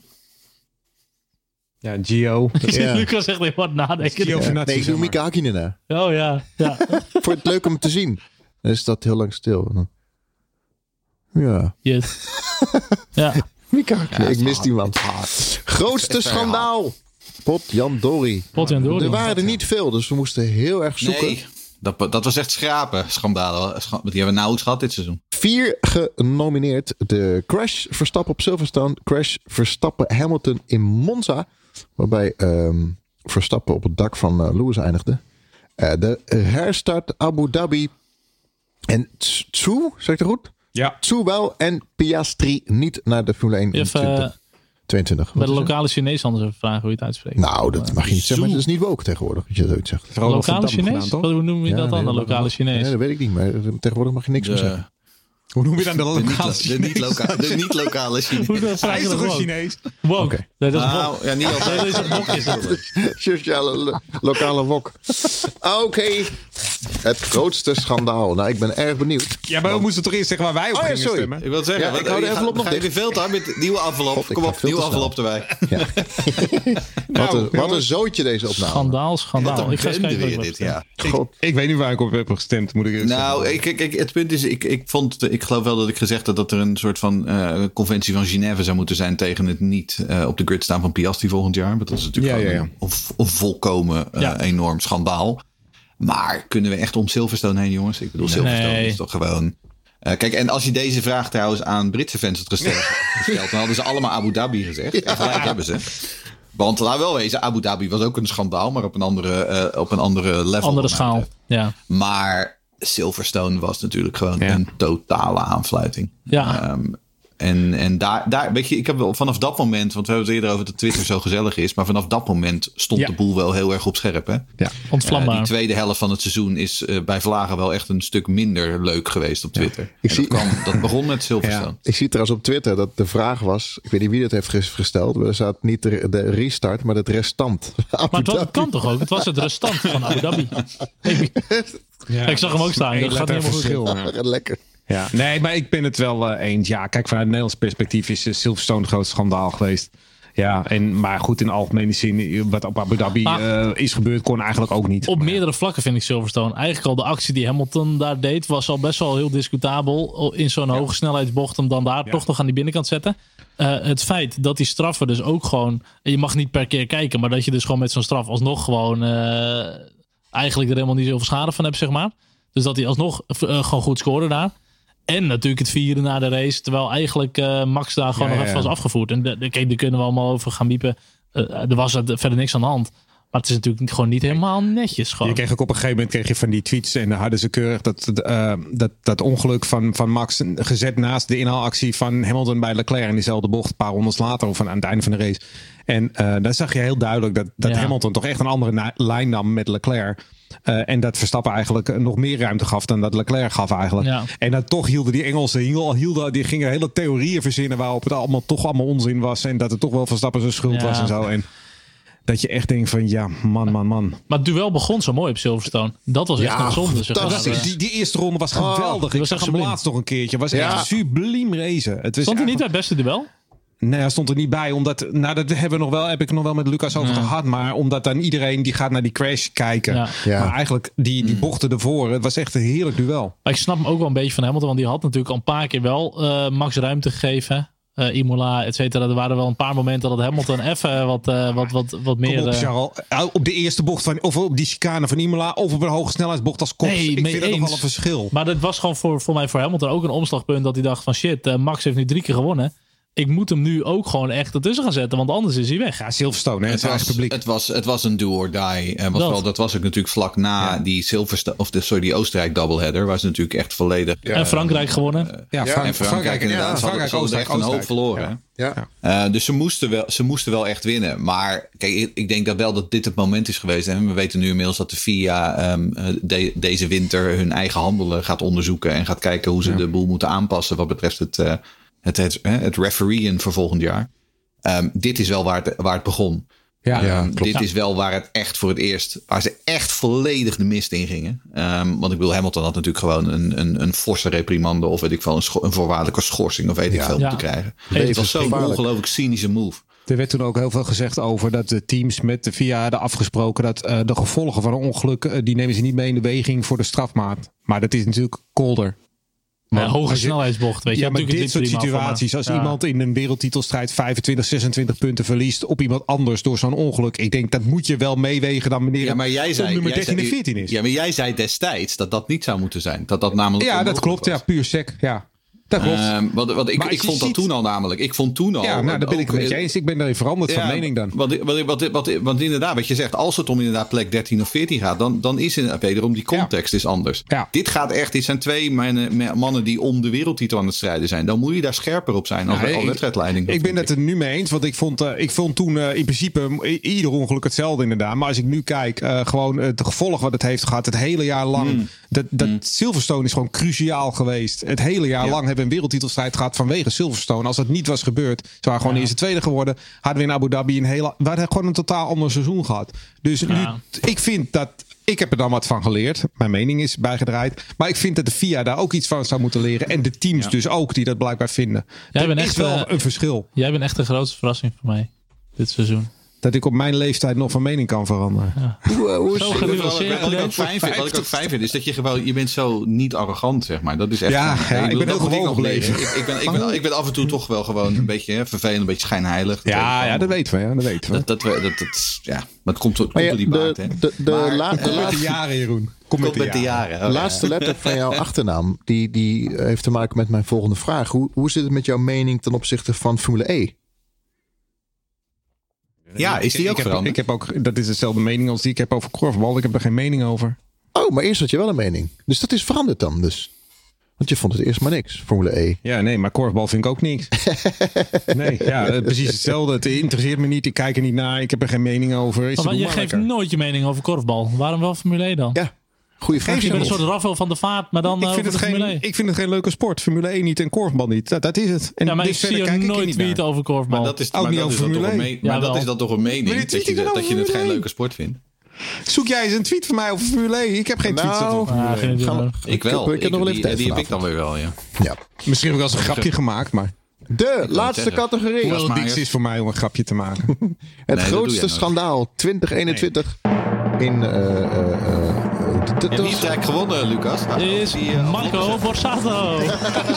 Ja, Gio. Ja. Lucas zegt even wat nadenken. Gio Ja, Venazzi, nee, ik zeg doe maar. Mika Hakkinen na. Oh ja, ja. Vond het leuk om te zien. Dan is dat heel lang stil. Ja. Yes. Ja. Mika Hakkinen, Ja, ik mis hard. die man. Het is hard. Grootste Het is very schandaal. Potjandori. Potjandori. Er waren er niet veel, dus we moesten heel erg zoeken. Nee, dat, dat was echt schrapen. Schandalen. Scha- Die hebben we nauwelijks gehad dit seizoen. Vier genomineerd. De Crash Verstappen op Silverstone. Crash Verstappen Hamilton in Monza. Waarbij ehm, Verstappen op het dak van uh, Lewis eindigde. Uh, de herstart Abu Dhabi. En Tsu, zeg ik het goed? Ja. Tsu wel en Piastri niet naar de Formule één in Even uh, twintig tweeëntwintig. bij de Wat is lokale Chinees anders even vragen hoe je het uitspreekt. het? Nou, dat mag je niet zeggen. Maar het is niet woke tegenwoordig. Als je zoiets zegt. Ronald van Lokale Dam Chinees? gedaan, toch? Wat, hoe noem je Ja, dat dan? nee, Een dat lokale mag- Chinees? Nee, dat weet ik niet. Maar tegenwoordig mag je niks meer De, zeggen. Hoe noem je dan de de, lokale niet, de, niet loka- de niet-lokale Chinees. Hoe dat vraag Hij je is dan toch een gewoon? Chinees? Woke. Oké. Nee, dat is Nou, woke. ja, niet Nee, altijd. dat is een wok is dat. Sociale lo- lokale wok. Oké. Het grootste schandaal. Nou, ik ben erg benieuwd. Ja, maar we moesten toch eerst zeggen waar wij op Oh ja, gingen sorry. stemmen? Ik wil zeggen, Ja, wat, ik hou de je gaat- envelop nog ga je dicht. weer veel te hard met nieuwe envelop. God, ik Kom ga op, veel te nieuwe snel. envelop erbij. Wat, een, wat een jongens. zootje deze opname. Schandaal, Wat schandaal. een Ik ga eens bende kijken wat weer ik dit, heb ja. God. Ik weet niet waar ik op heb gestemd, moet ik eerst Nou, zeggen. ik, ik, ik- het punt is, ik, ik, vond, ik geloof wel dat ik gezegd had dat er een soort van uh, conventie van Genève zou moeten zijn tegen het niet uh, op de grid staan van Piastri volgend jaar. Want dat is natuurlijk Ja, gewoon ja, ja. Een, een, een volkomen uh, Ja. enorm schandaal. Maar kunnen we echt om Silverstone heen, jongens? Ik bedoel, Silverstone Nee. is toch gewoon... Uh, kijk, en als je deze vraag trouwens aan Britse fans had gesteld, gesteld dan hadden ze allemaal Abu Dhabi gezegd. En gelijk hebben ze. Want laat wel wezen, Abu Dhabi was ook een schandaal, maar op een andere, uh, op een andere level. Andere schaal. Ja. Maar Silverstone was natuurlijk gewoon Ja. een totale aanfluiting. Ja. Um, en en daar, daar, weet je, ik heb wel vanaf dat moment, want we hebben het eerder over dat Twitter zo gezellig is, maar vanaf dat moment stond Ja. de boel wel heel erg op scherp. Hè? Ja. Ontvlambaar. Uh, die tweede helft van het seizoen is uh, bij Vlagen wel echt een stuk minder leuk geweest op Twitter. Ik En zie- dat, kwam, dat begon met Silverstone. Ja. Ik zie trouwens op Twitter dat de vraag was... Ik weet niet wie dat heeft ges- gesteld. Maar er staat niet de, de restart, maar het restant. Maar het, was- het kan toch ook? Het was het restant van Abu Dhabi. Ik, Ja, ik zag hem ook staan. Eén Dat gaat letter helemaal goed. verschil. Ja. Lekker. Ja, nee, maar ik ben het wel uh, eens. Ja, kijk, vanuit het Nederlands perspectief is uh, Silverstone het grootste schandaal geweest. Ja, en, maar goed, in algemene zin, wat op Abu Dhabi Maar- uh, is gebeurd, kon eigenlijk ook niet. Op Maar ja. meerdere vlakken vind ik Silverstone. Eigenlijk al de actie die Hamilton daar deed, was al best wel heel discutabel. In zo'n hoge snelheidsbocht hem dan daar Ja. toch nog aan die binnenkant zetten. Uh, het feit dat die straffen dus ook gewoon... En je mag niet per keer kijken, maar dat je dus gewoon met zo'n straf alsnog gewoon... Uh, eigenlijk er helemaal niet zoveel schade van hebt, zeg maar. Dus dat hij alsnog uh, gewoon goed scoorde daar. En natuurlijk het vieren na de race. Terwijl eigenlijk uh, Max daar gewoon Ja, nog ja, even ja. was afgevoerd. En de, de, kijk, daar kunnen we allemaal over gaan biepen. Uh, er was er verder niks aan de hand. Maar het is natuurlijk gewoon niet helemaal netjes. Gewoon. Je kreeg ook op een gegeven moment kreeg je van die tweets en dan hadden ze keurig dat, uh, dat, dat ongeluk van, van Max gezet naast de inhaalactie van Hamilton bij Leclerc in diezelfde bocht, een paar rondes later of aan het einde van de race. En uh, daar zag je heel duidelijk dat, dat Ja. Hamilton toch echt een andere na- lijn nam met Leclerc. Uh, en dat Verstappen eigenlijk nog meer ruimte gaf dan dat Leclerc gaf eigenlijk. Ja. En dan toch hielden die Engelsen, hielden, hielden, die gingen hele theorieën verzinnen waarop het allemaal toch allemaal onzin was. En dat het toch wel Verstappen zijn schuld Ja. was en zo. En dat je echt denkt van ja, man, man, man. Maar het duel begon zo mooi op Silverstone. Dat was echt Ja, een zonde. Zeg Dat maar. was, die, die eerste ronde was geweldig. die ik was zag echt hem subliem. laatst nog een keertje. Was Ja. echt subliem racen. Het was Stond hij niet bij eigenlijk- het beste duel? Nee, hij stond er niet bij. Omdat, nou, dat hebben we nog wel, heb ik nog wel met Lucas over Ja. gehad. Maar omdat dan iedereen die gaat naar die crash kijken. Ja. Ja. Maar eigenlijk die, die bochten ervoor. Het was echt een heerlijk duel. Maar ik snap hem ook wel een beetje van Hamilton. Want die had natuurlijk al een paar keer wel uh, Max ruimte gegeven. Uh, Imola, et cetera. Er waren wel een paar momenten dat Hamilton even wat, uh, wat, wat, wat meer... Kom op, uh, Charles. Op de eerste bocht van, of op die chicane van Imola. Of op een hoge snelheidsbocht als Kops. Nee, ik mee vind dat nog eens. wel een verschil. Maar dat was gewoon voor, voor mij voor Hamilton ook een omslagpunt. Dat hij dacht van shit, uh, Max heeft nu drie keer gewonnen. Ik moet hem nu ook gewoon echt ertussen gaan zetten. Want anders is hij weg. Ja, Silverstone, hè, het, Het het was, publiek. het, was, het was een do or die. En was Dat. wel, dat was ook natuurlijk vlak na Ja. die Silverstone, of de, sorry, die Oostenrijk doubleheader. Waar ze natuurlijk echt volledig. En Frankrijk gewonnen. ja, Ja, Frank- En Frankrijk inderdaad. ja, Ze hadden- Frankrijk, ze hadden Oostenrijk, echt een hoop Oostenrijk. verloren. Ja. Uh, dus ze moesten, wel, ze moesten wel echt winnen. Maar kijk, ik, ik denk dat wel dat dit het moment is geweest. En we weten nu inmiddels dat de F I A um, de, deze winter hun eigen handelen gaat onderzoeken. En gaat kijken hoe ze Ja. de boel moeten aanpassen wat betreft het, uh, het, het, het refereeën voor volgend jaar. Um, dit is wel waar het, waar het begon. Ja, Um, ja, klopt. dit is wel waar het echt voor het eerst, waar ze echt volledig de mist in gingen. Um, want ik bedoel, Hamilton had natuurlijk gewoon een, een, een forse reprimande of weet ik veel, een, scho- een voorwaardelijke schorsing of weet ik Ja. veel Ja. moeten krijgen. Even Het was zo'n gevaarlijk. ongelooflijk cynische move. Er werd toen ook heel veel gezegd over dat de teams met de V I A hadden afgesproken dat uh, de gevolgen van een ongeluk, uh, die nemen ze niet mee in de weging voor de strafmaat. Maar dat is natuurlijk kolder. Ja, hoge als je- snelheidsbocht, weet je. Ja, maar Natuurlijk dit is soort prima voor me. situaties, als Ja. iemand in een wereldtitelstrijd vijfentwintig, zesentwintig punten verliest op iemand anders door zo'n ongeluk. Ik denk, dat moet je wel meewegen dan wanneer Ja, maar jij het zei, nummer jij dertien zei- en veertien is. Ja, maar jij zei destijds dat dat niet zou moeten zijn. Dat dat namelijk Ja, dat onmogelijk klopt. was. Ja, puur sec. Ja, dat klopt. Ehm, want, want ik, Maar als ik je vond dat ziet- toen al namelijk. Ik vond toen al. ja, nou, daar ben ik ook- het met je eens. Ik ben daarin veranderd van mening dan. Want, want, want, want, want inderdaad, wat je zegt, als het om inderdaad plek dertien of veertien gaat, dan, dan is het wederom die context is anders. Ja. Dit gaat echt, dit zijn twee mannen, mannen die om de wereldtitel aan het strijden zijn. Dan moet je daar scherper op zijn als, Nou, als ik- wedstrijdleiding. Ik ben het er nu mee eens, want ik vond, uh, ik vond toen uh, in principe i- ieder ongeluk hetzelfde inderdaad. Maar als ik nu kijk, uh, gewoon het gevolg wat het heeft gehad, het hele jaar lang. Mm. Dat, dat Silverstone is gewoon cruciaal geweest. Het hele jaar Ja. lang hebben we een wereldtitelstrijd gehad vanwege Silverstone. Als dat niet was gebeurd, ze waren gewoon Ja. eerste tweede geworden. Hadden we in Abu Dhabi een hele, we hadden gewoon een totaal ander seizoen gehad. Dus Ja. nu, ik vind dat, ik heb er dan wat van geleerd. Mijn mening is bijgedraaid. Maar ik vind dat de F I A daar ook iets van zou moeten leren. En de teams Ja. dus ook, die dat blijkbaar vinden. Jij Er bent is echt, wel eh, een verschil. Jij bent echt de grootste verrassing voor mij. Dit seizoen. Dat ik op mijn leeftijd nog van mening kan veranderen. Hoe, eh, hoe is Zo het? genuanceerd. Wat ik ook fijn vind, wat ik ook fijn vind, is dat je gewoon, je bent zo niet arrogant, zeg maar. Dat is echt. Ja, fijn. ja, ik ben dat heel moet gewoon nog leren. gebleven. Ik, ik, ben, ik, ben, ik ben af en toe toch wel gewoon een beetje hè, vervelend, een beetje schijnheilig. Ja, weet ik ja, wel. dat weten we. Ja, dat weten we. Dat, dat, we- dat, dat, ja, maar het komt, door- Maar komt ja, door die baard, de, hè. de, de, Maar- la- de Kom met de laatste, jaren, Jeroen. Kom Komt met de jaren. de Oh, laatste letter van jouw achternaam, die, die heeft te maken met mijn volgende vraag. Hoe, hoe zit het met jouw mening ten opzichte van Formule E? Ja, is die Ik ook heb, veranderd? ik heb ook, dat is dezelfde mening als die ik heb over korfbal. Ik heb er geen mening over. Oh, maar eerst had je wel een mening. Dus dat is veranderd dan dus. Want je vond het eerst maar niks, Formule E. Ja, nee, maar korfbal vind ik ook niks. Nee, ja, eh, precies hetzelfde. Het interesseert me niet. Ik kijk er niet naar. Ik heb er geen mening over. Is Maar het je maar geeft lekker. nooit je mening over korfbal. Waarom wel Formule E dan? Ja, goede vraag. Je bent een Jeroen. soort Rafael van de Vaart, maar dan Ik eh, vind, over het de Formule geen, E. ik vind het geen leuke sport. Formule één niet en korfbal niet. Dat, dat is het. En Ja, maar ik dus zie verder je kijk ik er nooit niet naar. tweeten over korfbal. Maar dat is, Ook maar niet dat over is dan toch een, Formule me- maar Jawel. dat is dan toch een mening Maar die dat je, tweet ik dan dat, over je het geen Formule leuke sport vindt. Zoek jij eens een tweet van mij over Formule één? Ik heb geen tweets Nou, over Ah, Formule geen één. idee. Gaan we- Ik wel. heb- ik heb nog wel even die, tijd die heb ik vanavond. dan weer wel, ja. Ja. Misschien heb ik wel eens een grapje gemaakt, maar De laatste zeggen. categorie. hoewel het maar niks eerst- is voor mij om een grapje te maken. Het Nee, dat doe grootste jij nooit. schandaal twintig eenentwintig in... eh, eh, eh, d- d- Ja, dat wie was- heeft er eigenlijk gewonnen, Lucas? Is Die, eh, Marco Borsato. Nee,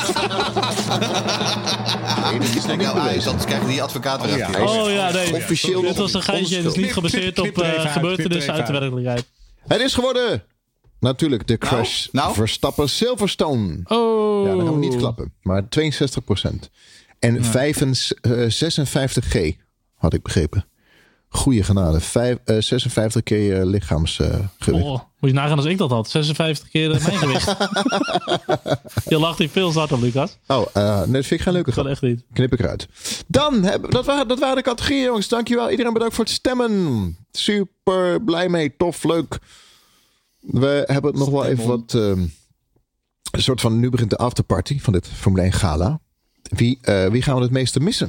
dat is nog Kijk niet nou uit, bewezen. anders krijgen die advocaten weer ja. achter je. Oh ja, nee. Officieel Dit nog was een geintje. Het is niet onschuld. gebaseerd Knip- op knip er eh, even uit, gebeurtenissen knip er uit de even werkelijkheid. Het is geworden. Natuurlijk de Crash nou? Verstappen Silverstone. Oh. Ja, dan gaan we niet klappen. Maar tweeënzestig procent. En vijf, eh, zesenvijftig G, had ik begrepen. Goeie genade. Vijf, eh, zesenvijftig keer je lichaamsgewicht. Oh, moet je nagaan als ik dat had. zesenvijftig keer eh, mijn gewicht. Je lacht hier veel zat op, Lucas. Oh, eh, nee, dat vind ik geen leuke Dat kan grap. echt niet. Knip ik eruit. Dan, hebben, dat, waren, dat waren de categorieën, jongens. Dankjewel. Iedereen bedankt voor het stemmen. Super blij mee. Tof, leuk. We hebben nog wel even wat... ehm, een soort van... Nu begint de afterparty van dit Formule één gala. Wie, eh, wie gaan we het meeste missen?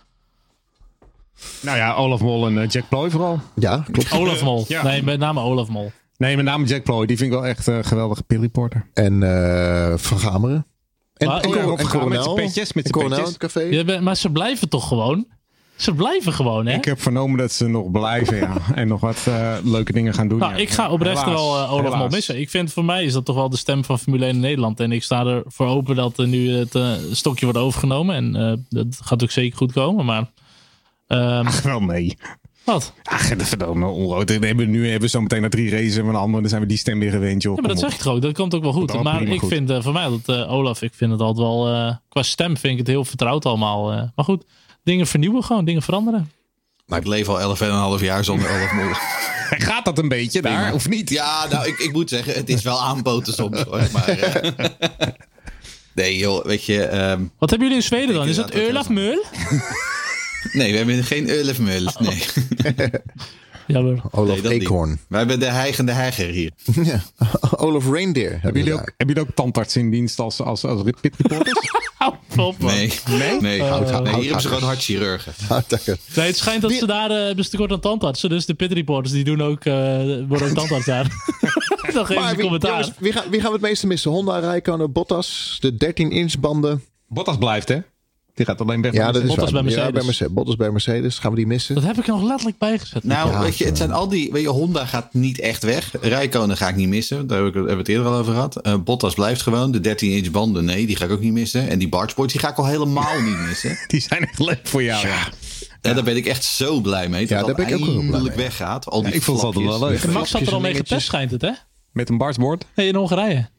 Nou ja, Olaf Mol en eh, Jack Ploy vooral. Ja, klopt. Olaf Mol. Ja. Nee, met name Olaf Mol. Nee, met name Jack Ploy. Die vind ik wel echt een geweldige pitreporter. En eh Van Gameren. En, Maar- en, oh ja, Cor- Rob en Gaan met Coronel. zijn petjes, met En zijn Coronel in petjes. het café. Je bent- maar ze blijven toch gewoon? Ze blijven gewoon, hè? Ik heb vernomen dat ze nog blijven, ja. En nog wat eh, leuke dingen gaan doen. Nou, ja. ik ga oprecht Helaas. wel uh, Olaf Mol Helaas. missen. Ik vind voor mij is dat toch wel de stem van Formule één in Nederland. En ik sta er voor open dat er nu het uh, stokje wordt overgenomen. En uh, dat gaat ook zeker goed komen. Maar um, Wel nee. wat? Ach, dat verdomme onrood. We hebben nu hebben we zo meteen naar drie races en van de andere. Dan zijn we die stem weer gewend, joh. Ja, maar dat Kom zeg ik toch ook. Dat komt ook wel goed. Komt ook Maar prima ik goed. vind uh, voor mij dat uh, Olaf, ik vind het altijd wel uh, qua stem vind ik het heel vertrouwd allemaal. Uh, maar goed, dingen vernieuwen gewoon, dingen veranderen. Maar ik leef al elf en een half jaar zonder Olaf Mol. Gaat dat een beetje daar, of niet? Ja, nou, ik, ik moet zeggen, het is wel aanboten soms. Hoor. Maar, eh, nee, joh, weet je... ehm, Wat hebben jullie in Zweden dan? Ik Is denk het dat dat Olaf heel Mul? nee, we hebben geen Olaf Mul. Nee. Jammer. Olaf Nee, dat niet. Eekhoorn. We hebben de heigende heiger hier. Ja. Olaf Reindeer. Hebben Hebben jullie, we ook, hebben jullie ook tandarts in dienst als, als, als pitreporters? Hou op, man. Nee, nee? nee. Hout- nee hier hebben ze houthakkers. gewoon hartchirurgen. daar. Nee, het schijnt dat Wie- ze daar uh, hebben ze tekort aan tandartsen. Dus de pit reporters die doen ook, uh, worden ook tandarts daar. Dan geven ze Maar een wie, commentaar. jongens, wie, gaan, wie gaan we het meeste missen? Honda, Räikkönen, Bottas. De dertien inch banden. Bottas blijft, hè? Die gaat alleen weg. Ja, dat is Bottas waar. bij Mercedes. Ja, bij Mercedes. Bottas bij Mercedes. Gaan we die missen? Dat heb ik er nog letterlijk bijgezet. Nou, Ja, weet je, het zijn al die... Weet je, Honda gaat niet echt weg. Räikkönen ga ik niet missen. Daar hebben we het eerder al over gehad. Uh, Bottas blijft gewoon. De dertien inch banden, nee, die ga ik ook niet missen. En die bargeboards, die ga ik al helemaal niet missen. Die zijn echt leuk voor jou. Ja. Ja. Ja, daar ben ik echt zo blij mee. Dat Ja, dat daar ben ik ook heel blij eindelijk mee. weggaat. Al die Ja, ik vond het altijd wel flapjes. leuk. Max had er al mee dingetjes. getest, schijnt het, hè? Met een bargeboard. Nee, in Hongarije.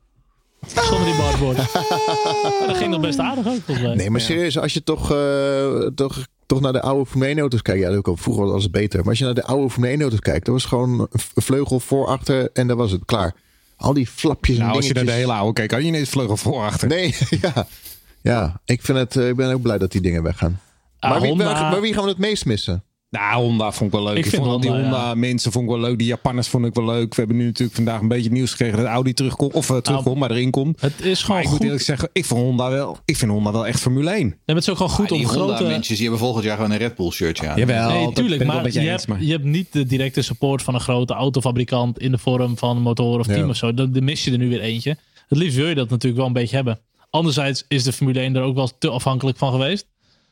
Zonder die barboard. Dat ging nog best aardig ook, volgens mij. Nee, maar serieus, als je toch, uh, toch, toch naar de oude Formule één auto's kijkt. Ja, dat ook al vroeger was het beter. Maar als je naar de oude Formule één auto's kijkt, dat was gewoon een vleugel voor, achter en dat was het. Klaar. Al die flapjes en Nou, als je dingetjes. naar de hele oude kijkt, kan je ineens vleugel voor achter. Nee, ja. Ja, ik, vind het, uh, ik ben ook blij dat die dingen weggaan. Ah, maar, wie, Honda- waar- maar wie gaan we het meest missen? Nou, Honda vond ik wel leuk. Ik Ik, vind vond al die Honda, Honda ja. mensen vond ik wel leuk. Die Japanners vond ik wel leuk. We hebben nu natuurlijk vandaag een beetje het nieuws gekregen dat Audi terugkomt. Of uh, terugkomt, maar erin komt. Het is Maar gewoon ik moet goed. eerlijk zeggen, ik vind Honda wel, ik vind Honda wel echt Formule één. Nee, het is ook gewoon goed Maar om die Honda grote... mensen, die hebben volgend jaar gewoon een Red Bull shirtje aan. Jawel, Nee, dat tuurlijk, ben ik wel maar met je je, eens. hebt, Maar je hebt niet de directe support van een grote autofabrikant in de vorm van een motor of team Ja. of zo. Dan dan mis je er nu weer eentje. Het liefst wil je dat natuurlijk wel een beetje hebben. Anderzijds is de Formule één er ook wel te afhankelijk van geweest.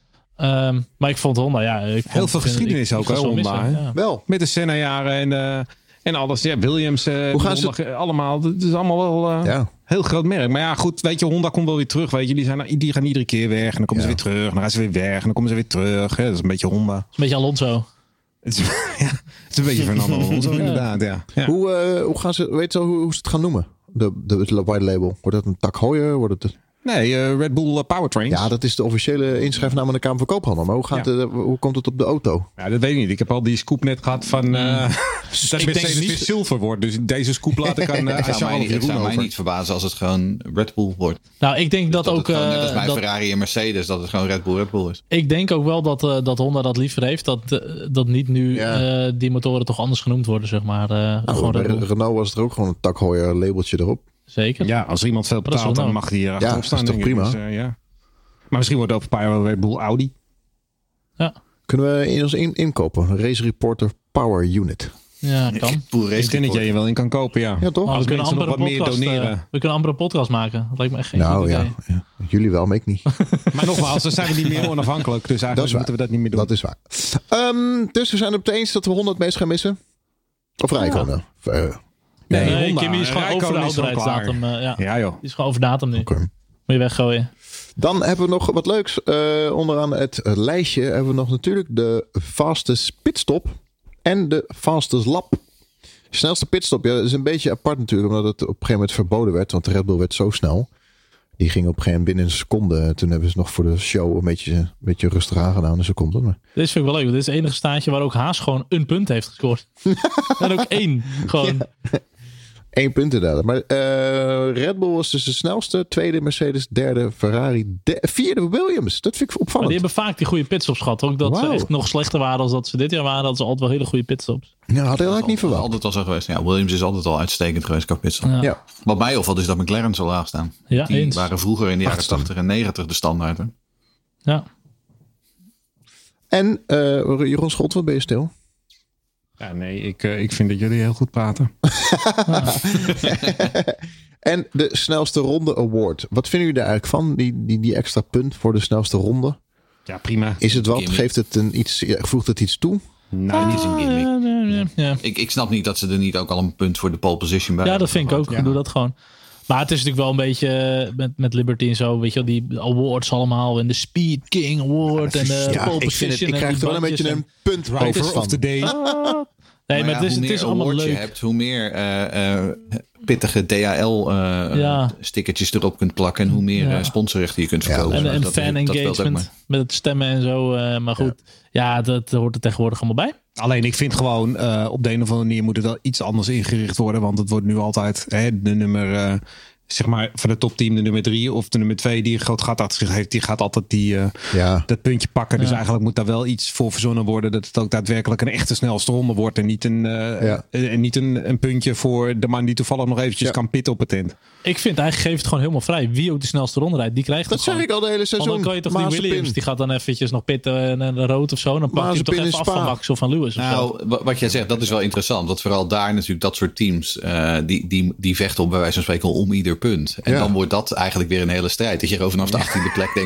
Um, maar ik vond Honda, ja... Ik vond, Heel veel geschiedenis ik, ook, ik ga hè, ze wel Honda, missen, hè? ja. Wel. met de Senna-jaren en, uh, en alles. Ja, Williams, uh, Hoe gaan Honda, ze- allemaal. Het is allemaal wel uh, Ja. heel groot merk. Maar ja, goed, weet je, Honda komt wel weer terug. Weet je, die, zijn, die gaan iedere keer weg. En dan komen Ja. ze weer terug. En dan gaan ze weer weg. En dan komen ze weer terug. Hè. Dat is een beetje Honda. Het is een beetje Alonso. Het is, ja, het is een beetje Fernando Alonso, inderdaad. Ja. Ja. Hoe, uh, hoe gaan ze, weet je wel hoe, hoe ze het gaan noemen? De, de, het white label. Wordt dat een tak Heuer? Wordt het een... Nee, uh, Red Bull uh, Powertrains. Ja, dat is de officiële inschrijfnaam aan de Kamer van Koophandel. Maar hoe, gaat Ja. de, hoe komt het op de auto? Ja, dat weet ik niet. Ik heb al die scoop net gehad van uh, dat denk Mercedes niet- weer zilver wordt. Dus deze scoop laat ik aan uh, Het zou mij, Charles niet, het Jeroen zou mij over. niet verbazen als het gewoon Red Bull wordt. Nou, ik denk dat, Dat ook... het gewoon, net als uh, bij dat, Ferrari en Mercedes, dat het gewoon Red Bull Red Bull is. ik denk ook wel dat, uh, dat Honda dat liever heeft. Dat, uh, dat niet nu Ja. uh, die motoren toch anders genoemd worden, zeg maar. Uh, Nou, gewoon bij Red Bull. Renault was er ook gewoon een tak Heuer labeltje erop. Zeker. Ja, als er iemand veel dat is betaalt, wel dan nou. mag hij hier Ja, achterop dat staan. is toch denk ik. prima? Dus, uh, ja. Maar misschien wordt het over een paar jaar wel Red Bull Audi. Ja, Kunnen we in ons in, inkopen? Een Race Reporter Power Unit. ja kan. Red Bull Ik Race denk dat jij Report. je wel in kan kopen, ja. Ja, toch? Maar Als we kunnen mensen nog amper wat een meer podcast, uh, doneren. we kunnen amper een podcast maken. Dat lijkt me echt geen Nou goed ja, idee. ja. Jullie wel, maar ik niet. Maar nogmaals, dan zijn we niet meer onafhankelijk. Dus Dat is eigenlijk waar. moeten we dat niet meer doen. Dat is waar. Um, dus we zijn het op het eens dat we honderd meest gaan missen. Of Rijkonen. Ja. Uh, Nee, Nee, Honda. Kimmy is gewoon over de Räikkönen is gewoon houdbaarheidsdatum. uh, ja. Ja joh. Die is gewoon over datum nu. Oké. Moet je weggooien. Dan hebben we nog wat leuks. Uh, onderaan het uh, lijstje hebben we nog natuurlijk de fastest pitstop en de fastest lap. Snelste pitstop, ja, dat is een beetje apart natuurlijk, omdat het op een gegeven moment verboden werd, want de Red Bull werd zo snel. Die ging op een gegeven moment binnen een seconde. Toen hebben ze nog voor de show een beetje, een beetje rustig aangedaan, een seconde. Maar... Dit vind ik wel leuk. Dit is het enige staartje waar ook Haas gewoon een punt heeft gescoord. En ook één. Gewoon. Ja. Eén punt inderdaad. Maar uh, Red Bull was dus de snelste. Tweede Mercedes, derde Ferrari, de, vierde Williams. Dat vind ik Maar opvallend. die hebben vaak die goede pitstops gehad. Ook dat Wauw. ze echt nog slechter waren dan dat ze dit jaar waren. Dat ze altijd wel hele goede pitstops. Ja, had ik eigenlijk niet verwacht. Altijd al zo geweest. Ja, Williams is altijd al uitstekend geweest qua pitstop. Ja. Ja. Wat mij opvalt is dat McLaren zo laag staan. Ja, Die eens. waren vroeger in de jaren Achtste. tachtig en negentig de standaard. Hè? Ja. En uh, Jeroen Schot, wat ben je stil? Ja, nee, ik, uh, ik vind dat jullie heel goed praten. En de snelste ronde award. Wat vinden jullie daar eigenlijk van? Die, die, die extra punt voor de snelste ronde. Ja, prima. Is het wat? Gimmick. Geeft het een iets, ja, voegt het iets toe? Nou, niet is een gimmick. Ja, ja, ja, ja. Ik, ik snap niet dat ze er niet ook al een punt voor de pole position bij Ja, hebben dat vind ik ook. Ja. Doe dat gewoon. Maar het is natuurlijk wel een beetje met, met Liberty en zo. Weet je wel, die awards allemaal. En de Speed King Award. en de Ja, pole ik, vind het, position. ik en krijg die er wel een bandjes beetje en- een punt Driver over of van. the day. Nee, Maar maar ja, het is, hoe het is meer allemaal awards leuk. je hebt, hoe meer eh, eh, pittige D H L eh, Ja. stickertjes erop kunt plakken. En hoe meer Ja. eh, sponsorrechten je kunt Ja, verkopen. En, en Dat- fan dat speelt ook engagement maar. met het stemmen en zo. Uh, maar goed, ja, dat hoort er tegenwoordig allemaal bij. Alleen ik vind gewoon uh, op de een of andere manier moet het wel iets anders ingericht worden. Want het wordt nu altijd hè, de nummer, uh, zeg maar van het topteam de nummer drie of de nummer twee die een groot gat achter zich heeft. Die gaat altijd die, uh, Ja. dat puntje pakken. Dus Ja. eigenlijk moet daar wel iets voor verzonnen worden. Dat het ook daadwerkelijk een echte snelste ronde wordt. En niet een, uh, Ja. en niet een, een puntje voor de man die toevallig nog eventjes Ja. kan pitten op het tent. Ik vind eigenlijk geef het gewoon helemaal vrij. Wie ook de snelste ronde rijdt, die krijgt Dat het zeg gewoon. ik al de hele Want seizoen. dan kan je toch die Mazepin. Williams, die gaat dan eventjes nog pitten en, en rood of zo. Dan pak je hem toch Mazepin even in af van Spa. Max of van Lewis of zo. Nou, wa- wat jij zegt, dat is wel interessant. Want vooral daar natuurlijk dat soort teams, uh, die, die, die vechten op bij wijze van spreken om ieder punt. En Ja. dan wordt dat eigenlijk weer een hele strijd. Dat je gewoon vanaf de achttiende plek denkt,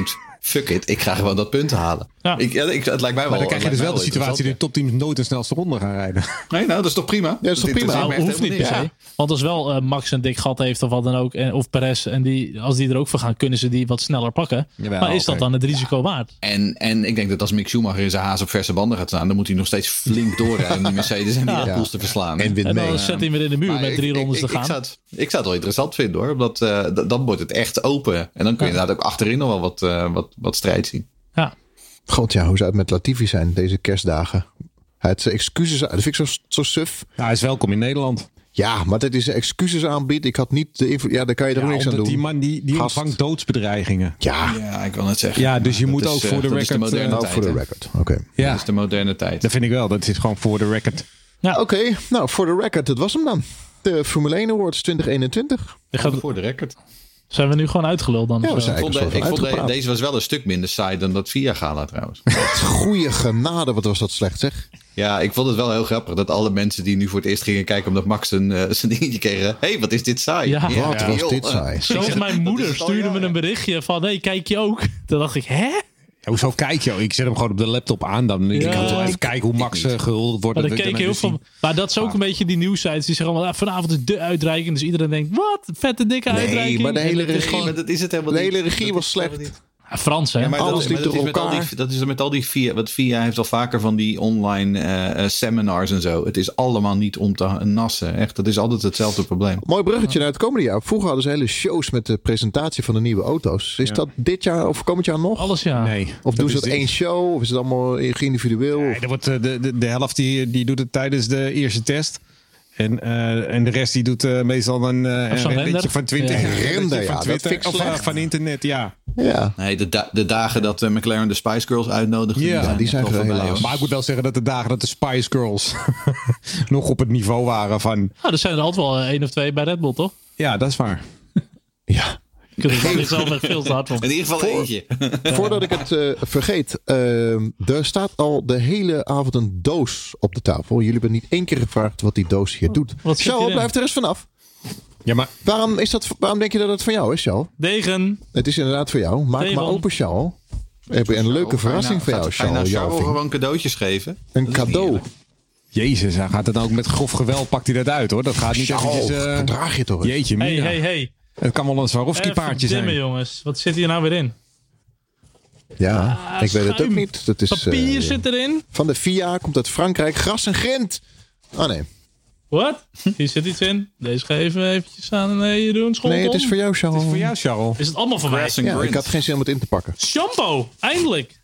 fuck it, ik ga gewoon dat punt halen. Ja. Ik, ja, ik, het lijkt mij wel. Maar dan krijg je dus wel de situatie dat dat de topteams nooit de snelste ronde gaan rijden. Nee, nou, dat is toch prima? Ja, dat is toch prima? Nou, hoeft niet per se. Ja. Want als wel uh, Max een dik gat heeft of wat dan ook, en, of Perez, en die, als die er ook voor gaan, kunnen ze die wat sneller pakken. Jawel, maar is dat okay. dan het risico waard? En, en ik denk dat als Mick Schumacher in zijn haas op verse banden gaat staan, dan moet hij nog steeds flink doorrijden om die Mercedes en die Red Bulls te verslaan. En, en dan mee. zet hij weer in de muur Maar met drie ik, rondes ik, te gaan. Ik zou, het, ik zou het wel interessant vinden hoor. Omdat uh, d- dan wordt het echt open. En dan kun je ja. inderdaad ook achterin nog wel wat, uh, wat, wat strijd zien. Ja. God ja, hoe zou het met Latifi zijn deze kerstdagen? Het excuses, dat vind ik zo, zo suf. Ja, hij is welkom in Nederland. Ja, maar dat is excuses aanbiedt. Ik had niet de info. Ja, daar kan je er Ja, ook niks aan doen. die man die, die Gast. ontvangt doodsbedreigingen. Ja, Ja, ik wil het zeggen. Ja, dus je Dat moet is, ook uh, voor de dat is record... de moderne nou tijd, voor de hè? record. Oké. Okay. Ja, Dat is de moderne tijd. dat vind ik wel. Dat is gewoon voor de record. Ja. Oké, okay, nou voor de record, dat was hem dan. De Formule één Awards twintig eenentwintig. Ik ga, Voor de record. zijn we nu gewoon uitgeluld dan? Ja, we Of zo? zijn Ik vond, de, eigenlijk ik een soort vond de, uitgepraat. deze was wel een stuk minder saai dan dat Via Gala trouwens. Goeie genade, wat was dat slecht zeg. Ja, ik vond het wel heel grappig dat alle mensen die nu voor het eerst gingen kijken omdat Max een, uh, zijn dingetje kregen. Hé, hey, wat is dit saai? Ja. Wat was joh, dit uh, saai. Zelfs mijn moeder is al stuurde me jaren. een berichtje van, hey, kijk je ook? Toen dacht ik, hè? Ja, hoezo kijk je? Ik zet hem gewoon op de laptop aan. Dan ik Ja. kan wel even kijken hoe Max uh, gehuldigd wordt. Maar, Dat dan ik keek heel dus veel, zien. maar dat is ook een beetje die nieuwsites. Die zeggen allemaal, ah, vanavond is de uitreiking. Dus iedereen denkt, wat? Vette dikke Nee, uitreiking. maar de En hele het is regie- gewoon Maar dat is het helemaal De niet. hele regie Dat was is het helemaal slecht. niet. ja, Frans, hè? Ja, maar Alles dat, liep maar dat door is met al die, elkaar. dat is met al die via, wat via heeft al vaker van die online uh, uh, seminars en zo. Het is allemaal niet om te nassen. Echt, dat is altijd hetzelfde probleem. Mooi bruggetje naar het komende jaar. Vroeger hadden ze hele shows met de presentatie van de nieuwe auto's. Is Ja. dat dit jaar of komend jaar nog? Alles, ja. Nee. Of doen ze is dat dit. één show? Of is het allemaal individueel? Nee, er wordt, uh, de, de, de helft die, die doet het tijdens de eerste test. En, uh, en de rest die doet uh, meestal een, uh, een zo'n render render. van twintig. Ja. Een rendertje Render, ja, van dat Twitter. vind ik Of uh, slecht. van internet, ja. Ja. Nee, de, da- de dagen dat uh, McLaren de Spice Girls uitnodigde. Ja, die zijn echt wel er voorbij, helaas. hoor. Maar ik moet wel zeggen dat de dagen dat de Spice Girls nog op het niveau waren van... Nou, er zijn er altijd wel één of twee bij Red Bull, toch? Ja, dat is waar. Ja. Ik vind het niet zelf echt veel te hard van. In ieder geval Voor- eentje. Voordat ik het uh, vergeet. Uh, er staat al de hele avond een doos op de tafel. Jullie hebben niet één keer gevraagd wat die doos hier doet. Wat zit Charles, hierin? blijf er eens vanaf. Ja, maar Waarom, is dat, waarom denk je dat het van jou is, Charles? Degen. Het is inderdaad voor jou. Maak Nee, maar man. open, Charles. We hebben een leuke verrassing voor jou, Ga je nou Charles. Charles Jalving. gewoon cadeautjes geven? Een Dat is cadeau. heerlijk. Jezus, hij gaat het dan ook met grof geweld, pakt hij dat uit hoor. Dat gaat niet Charles, eventjes... uh, verdraag je toch eens. Jeetje, Hey, mina. hey, hey. Het kan wel een Swarovski paardje Even dimmen, zijn. jongens. Wat zit hier nou weer in? Ja, Ah, ik weet het ook schuim. niet. Dat is Papier uh, zit erin. van de V I A, komt uit Frankrijk. Gras en grind. Oh nee. Wat? Hier zit iets in. Deze ga even eventjes aan. Nee, je doet een Nee, het is voor jou, Charles. Het is voor jou, Charles. Is het allemaal van mij? Grass and Ja, ik Grind. had geen zin om het in te pakken. Shampoo. Eindelijk.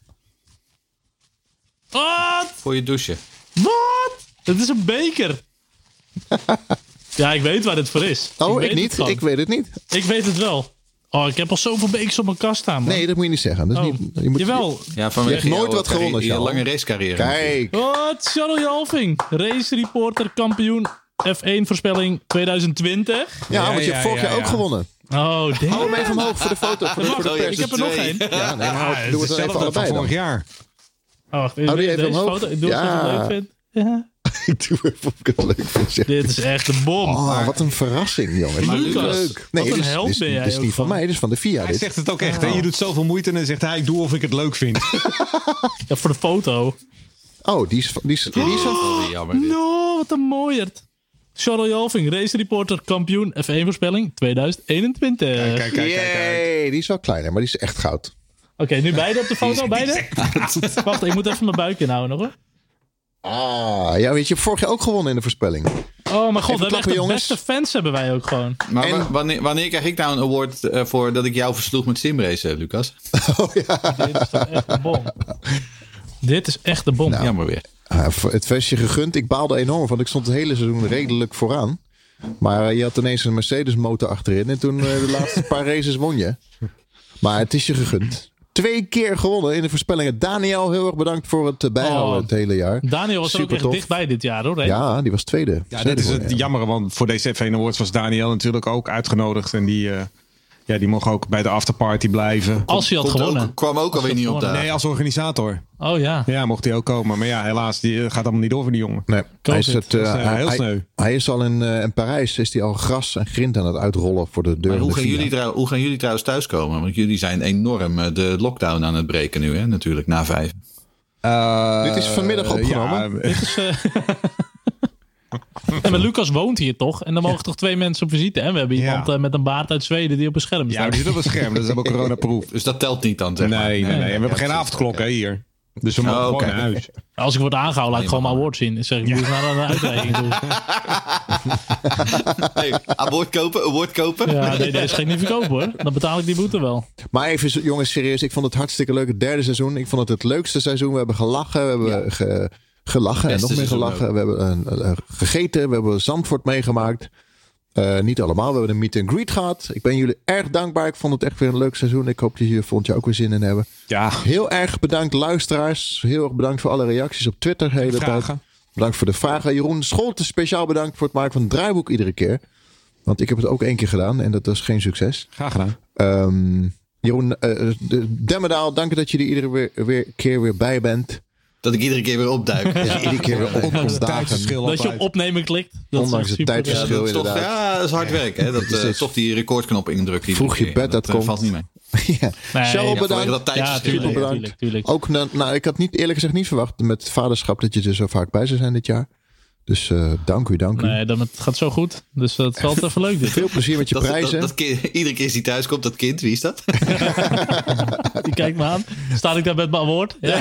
Wat? Voor je douchen. Wat? Het is een beker. Ja, ik weet waar dit voor is. Oh, ik, weet het niet. gewoon. Ik weet het niet. Ik weet het wel. Oh, ik heb al zoveel bekers op mijn kast staan, man. Nee, dat moet je niet zeggen. Dat is Oh. niet, je moet, Jawel. Ja, vanwege Je hebt nooit jouw wat gewonnen, carrière- Je Charles. lange racecarrière. Kijk. Wat? Charles Jalving. Race reporter, kampioen. F één voorspelling twintig twintig. Ja, Ja, want je ja, hebt vorig ja, jaar ja. ook gewonnen. Oh, damn. Hou hem even omhoog voor de foto. Voor de, voor de Mag. Oh, ja, pers. Ik heb er nog twee. één. Ja, nee, maar hou- het doe is het dan even hetzelfde allebei van dan. vorig jaar. Oh, wacht. Hou die even deze omhoog. foto. Ik doe Ja. het zoals ik het leuk vind. Ja. Ik doe even of ik het leuk vind. zeg. Dit is echt een bom. Oh, wat een verrassing, jongen. Maar Dit is Lucas, leuk. wat Nee, een dit is, held dit is, ben jij dit is ook niet van van. mij, dit is van de V I A. Hij Dit. zegt het ook echt. Hè? Je doet zoveel moeite en dan zegt hij, ik doe of ik het leuk vind. Ja, voor de foto. Oh, die is, van- die is, die is van... Oh, jammer dit. No, wat een mooierd. Charles Jalving, race reporter, kampioen, F één voorspelling twintig eenentwintig. Kijk, kijk, kijk, kijk. Yay, die is wel kleiner, maar die is echt goud. Oké, nu beide op de foto, beide? Wacht, ik moet even mijn buik inhouden nog hoor. Ah, ja, weet je, je hebt vorig jaar ook gewonnen in de voorspelling. Oh mijn god, we hebben echt klappen, de jongens. beste fans hebben wij ook gewoon. Maar En- wa- wanneer, wanneer krijg ik nou een award uh, voor dat ik jou versloeg met simracen, Lucas? Dit is toch echt de bom. Dit is echt de bom. Nou. Jammer weer. Ah, voor het vestje gegund. Ik baalde enorm, want ik stond het hele seizoen redelijk vooraan. Maar eh, je had ineens een Mercedes motor achterin. En toen eh, de laatste paar races won je. Maar het is je gegund. Twee keer gewonnen in de voorspellingen. Daniel, heel erg bedankt voor het eh, bijhouden Oh. het hele jaar. Daniel was er ook echt Supertof. dichtbij dit jaar hoor. hè? Ja, die was tweede. Ja, Tweede dit is het geworden, ja. jammer, want voor deze F één Awards was Daniel natuurlijk ook uitgenodigd. En die, uh, Ja, die mocht ook bij de afterparty blijven. Als hij had Komt gewonnen. ook, kwam ook alweer niet op daar. Nee, als organisator. Oh ja. Ja, mocht hij ook komen. Maar ja, helaas, die gaat allemaal niet door voor die jongen. Nee, hij is, het, uh, Dat is, uh, heel hij, sneu. hij is al in, uh, in Parijs, is hij al gras en grind aan het uitrollen voor de deur. Maar hoe, van de gaan Villa. jullie trouw, hoe gaan jullie trouwens thuiskomen? Want jullie zijn enorm uh, de lockdown aan het breken nu, hè? Natuurlijk, na vijf. Uh, Dit is vanmiddag opgenomen. Ja, Dit is, uh... En maar Lucas woont hier toch? En dan mogen toch twee mensen op visite. Hè? We hebben Ja. iemand uh, met een baard uit Zweden die op een scherm ja, staat. die zit op het scherm. Dat is helemaal coronaproof. Dus dat telt niet dan, zeg Nee, maar. nee, nee. En we hebben Ja, geen precies. avondklok hè, hier. Dus we mogen Oh, gewoon oké. naar huis. Als ik word aangehouden, laat ik gewoon mijn award zien. Dan zeg ik, moet je naar een uitreiking doen. Hey, award kopen, award kopen. Ja, nee, deze ga ik niet verkopen hoor. Dan betaal ik die boete wel. Maar even, jongens, serieus. Ik vond het hartstikke leuk. Het derde seizoen. Ik vond het het leukste seizoen. We hebben gelachen. We hebben ge, gelachen en Beste nog meer seizoen gelachen. ook. We hebben uh, uh, gegeten. We hebben Zandvoort meegemaakt. Uh, niet allemaal. We hebben een meet and greet gehad. Ik ben jullie erg dankbaar. Ik vond het echt weer een leuk seizoen. Ik hoop dat jullie volgend jaar ook weer zin in hebben. Ja, Heel erg bedankt luisteraars. Heel erg bedankt voor alle reacties op Twitter. De hele tijd. vragen. Bedankt voor de vragen. Jeroen Scholten speciaal bedankt voor het maken van het draaiboek iedere keer. Want ik heb het ook één keer gedaan en dat was geen succes. Graag gedaan. Um, Jeroen uh, de Demmerdaal, dank je dat je er iedere weer, weer, keer weer bij bent. Dat ik iedere keer weer opduik. Ja, iedere keer weer Ondanks opkomt het dagen. tijdsverschil Dat je op altijd. opnemen klikt. Dat is Ondanks echt het super. tijdsverschil. Ja, dat is toch, inderdaad. ja, dat is hard werk. Hè? Dat, uh, Precies. toch die recordknop indrukken. iedere Vroeg je keer. bed dat uh, komt. valt niet mee. ja. Nee, Charles, ja, Ja, bedankt. vanwege dat Ja, tijdsverschil. tuurlijk, bedankt. tuurlijk, tuurlijk. Ook, na, nou, ik had niet eerlijk gezegd niet verwacht met het vaderschap dat je er zo vaak bij zou zijn dit jaar. Dus uh, dank u, dank u. Nee, dan, het gaat zo goed. Dus dat is altijd even leuk dit. Veel plezier met je Dat, dat, prijzen. dat kind, iedere keer als hij thuis komt, dat kind, wie is dat? Die kijkt me aan. Sta ik daar met mijn award? Ja.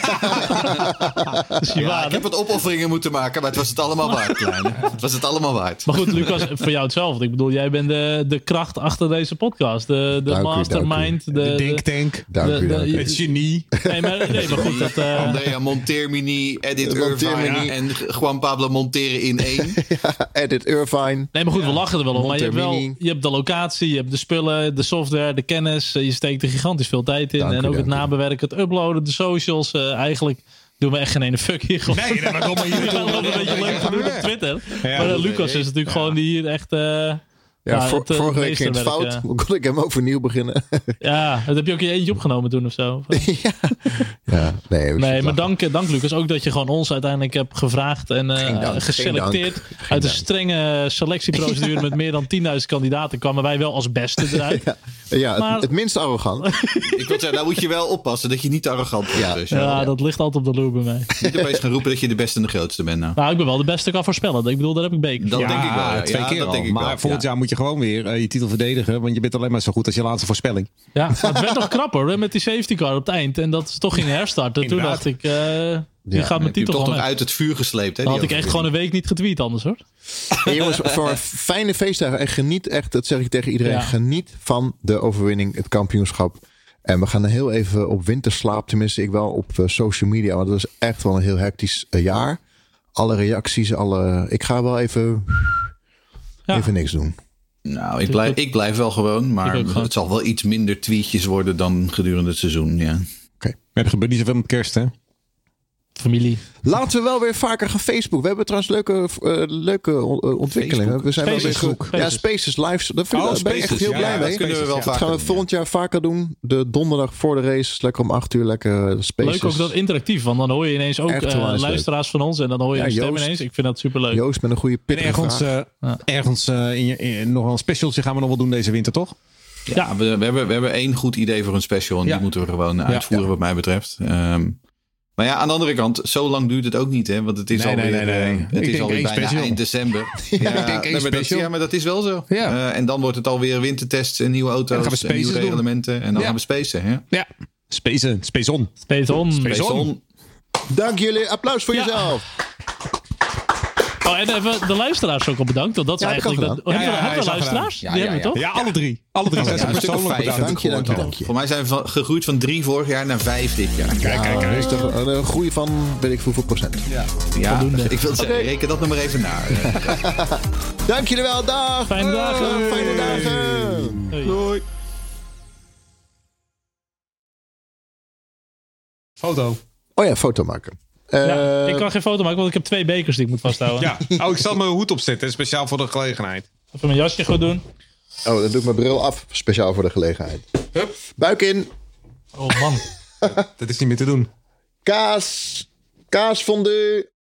Dat is je Ja, waar, ik heb wat opofferingen moeten maken, maar het was het allemaal waard, kleine. Het was het allemaal waard. Maar goed, Lucas, voor jou hetzelfde. Ik bedoel, jij bent de, de kracht achter deze podcast. De, de Dank u, mastermind. dank De, De de, Dink Tank. Dank de- u, de- dank u. Het genie. nee, maar, nee, maar goed. Dat, uh, Andrea Montermini, Edith Montermini. Irvine en Juan Pablo Monteren in één. Edit Irvine. nee, maar goed, we lachen er wel om. Maar je hebt, wel, Montermini. je hebt de locatie, je hebt de spullen, de software, de kennis. Je steekt er gigantisch veel tijd in. Dank u, en ook het dank u. nabewerken, het uploaden, de socials. Uh, eigenlijk doen we echt geen ene fuck hier. Gewoon. Nee, nee, maar kom maar hier. We gaan wel een beetje leuk te doen op Twitter. Ja, maar uh, dat Lucas is natuurlijk gewoon die hier echt... Uh, Ja, Ja, voor, het, uh, vorige week ging het meesterwerk, fout. Kon ik hem overnieuw beginnen. ja, dat heb je ook in je eentje opgenomen toen of zo. ja, nee, we Nee, zitten maar dank, dank Lucas ook dat je gewoon ons uiteindelijk hebt gevraagd en uh, Geen dank, geselecteerd. geen dank. Geen Uit een dank. strenge selectieprocedure met meer dan tienduizend kandidaten kwamen wij wel als beste eruit. Ja, ja het, Maar- het minst arrogant. Ik wil zeggen, nou moet je wel oppassen dat je niet te arrogant wordt. Ja. Dus, Ja, ja. dat ligt altijd op de loer bij mij. Niet opeens gaan roepen dat je de beste en de grootste bent nou. Nou, ik ben wel de beste kan voorspellen. Ik bedoel, daar heb ik bekers. Dat voor. denk ik wel. Ja. twee Ja, keer dat al. denk ik maar wel, volgend ja. jaar moet je gewoon weer uh, je titel verdedigen. Want je bent alleen maar zo goed als je laatste voorspelling. Ja, maar het werd nog knapper hoor, met die safety car op het eind. En dat is toch ging herstarten. Toen Inderdaad. dacht ik, uh, die Ja, gaat mijn Heb je titel toch gewoon nog weg. uit het vuur gesleept. Hè, Dan die had ik echt gewoon een week niet getweet anders hoor. Hey, jongens, voor een fijne feestdagen. En geniet echt, dat zeg ik tegen iedereen. Ja. Geniet van de overwinning, het kampioenschap. En we gaan heel even op winterslaap. Tenminste, ik wel op uh, social media. Want het was echt wel een heel hectisch uh, jaar. Alle reacties, alle... Ik ga wel even... Ja. Even niks doen. Nou, ik blijf, ik blijf wel gewoon. Maar Ik ook gewoon. het zal wel iets minder tweetjes worden dan gedurende het seizoen. Ja. Er gebeurt niet zoveel met kerst, hè? Familie. Laten we wel weer vaker gaan Facebook. We hebben trouwens leuke, uh, leuke on- ontwikkelingen. Facebook. We zijn wel weer Facebook. ge- Ja, Spaces Live. Daar Oh, ben ik echt Spaces, heel ja, blij ja, mee. Dat kunnen we wel Ja. Dat vaak gaan we doen, volgend jaar vaker doen. De donderdag voor de race. Lekker om acht uur lekker uh, Spaces. Leuk ook dat interactief, want dan hoor je ineens ook Echt uh, wel eens luisteraars van ons en dan hoor je Ja, een stem Joost. ineens. Ik vind dat superleuk. Joost met een goede En pittige ergens, vraag. uh, ergens uh, in je, in, nog wel een specialtje gaan we nog wel doen deze winter, toch? Ja, ja. We, we, hebben, we hebben één goed idee voor een special. En Ja. die moeten we gewoon uitvoeren Ja. wat mij betreft. Um, maar ja, aan de andere kant, zo lang duurt het ook niet. Hè? Want het is Nee, nee, alweer, nee, nee. uh, Ik het is denk alweer één bijna special. eind december. Ja, ik denk één nee, maar dat, special. ja, maar dat is wel zo. Ja. Uh, en dan wordt het alweer wintertests en nieuwe En dan gaan auto's we en nieuwe spaces doen. reglementen. En dan Ja. gaan we spacen. Hè? Ja. Space, Space on. Space on. Space on. Zon. Dank jullie. Applaus voor Ja. jezelf. Oh, en even de luisteraars ook al bedankt. Want dat is Ja, heb ik eigenlijk... al Dat, oh, gedaan. hebben we, Ja, ja, hebben we hij is al luisteraars? gedaan. Die Ja, hebben we ja, toch? Ja, alle drie. Alle drie zijn Ja, een stuk of persoonlijk vijf. bedankt. Dank je, dank je, dank je. Voor mij zijn we van, gegroeid van drie vorig jaar naar vijf dit jaar. Kijk, kijk, Dat is kijk. toch een, een groei van, weet ik hoeveel procent. Ja, Voldoende. ik wil zeggen, Oké. reken dat nog maar even na. Dank jullie wel. Dag. Fijne dagen. Oh, fijne dagen. Hey. Doei. Foto. Oh ja, foto maken. Uh, Ja, ik kan geen foto maken, want ik heb twee bekers die ik moet vasthouden. Ja. Oh, ik zal mijn hoed opzetten, speciaal voor de gelegenheid. Even mijn jasje goed doen. Oh, dan doe ik mijn bril af. Speciaal voor de gelegenheid. Hup. Buik in. Oh man. Dat is niet meer te doen. Kaas. Kaasfondue.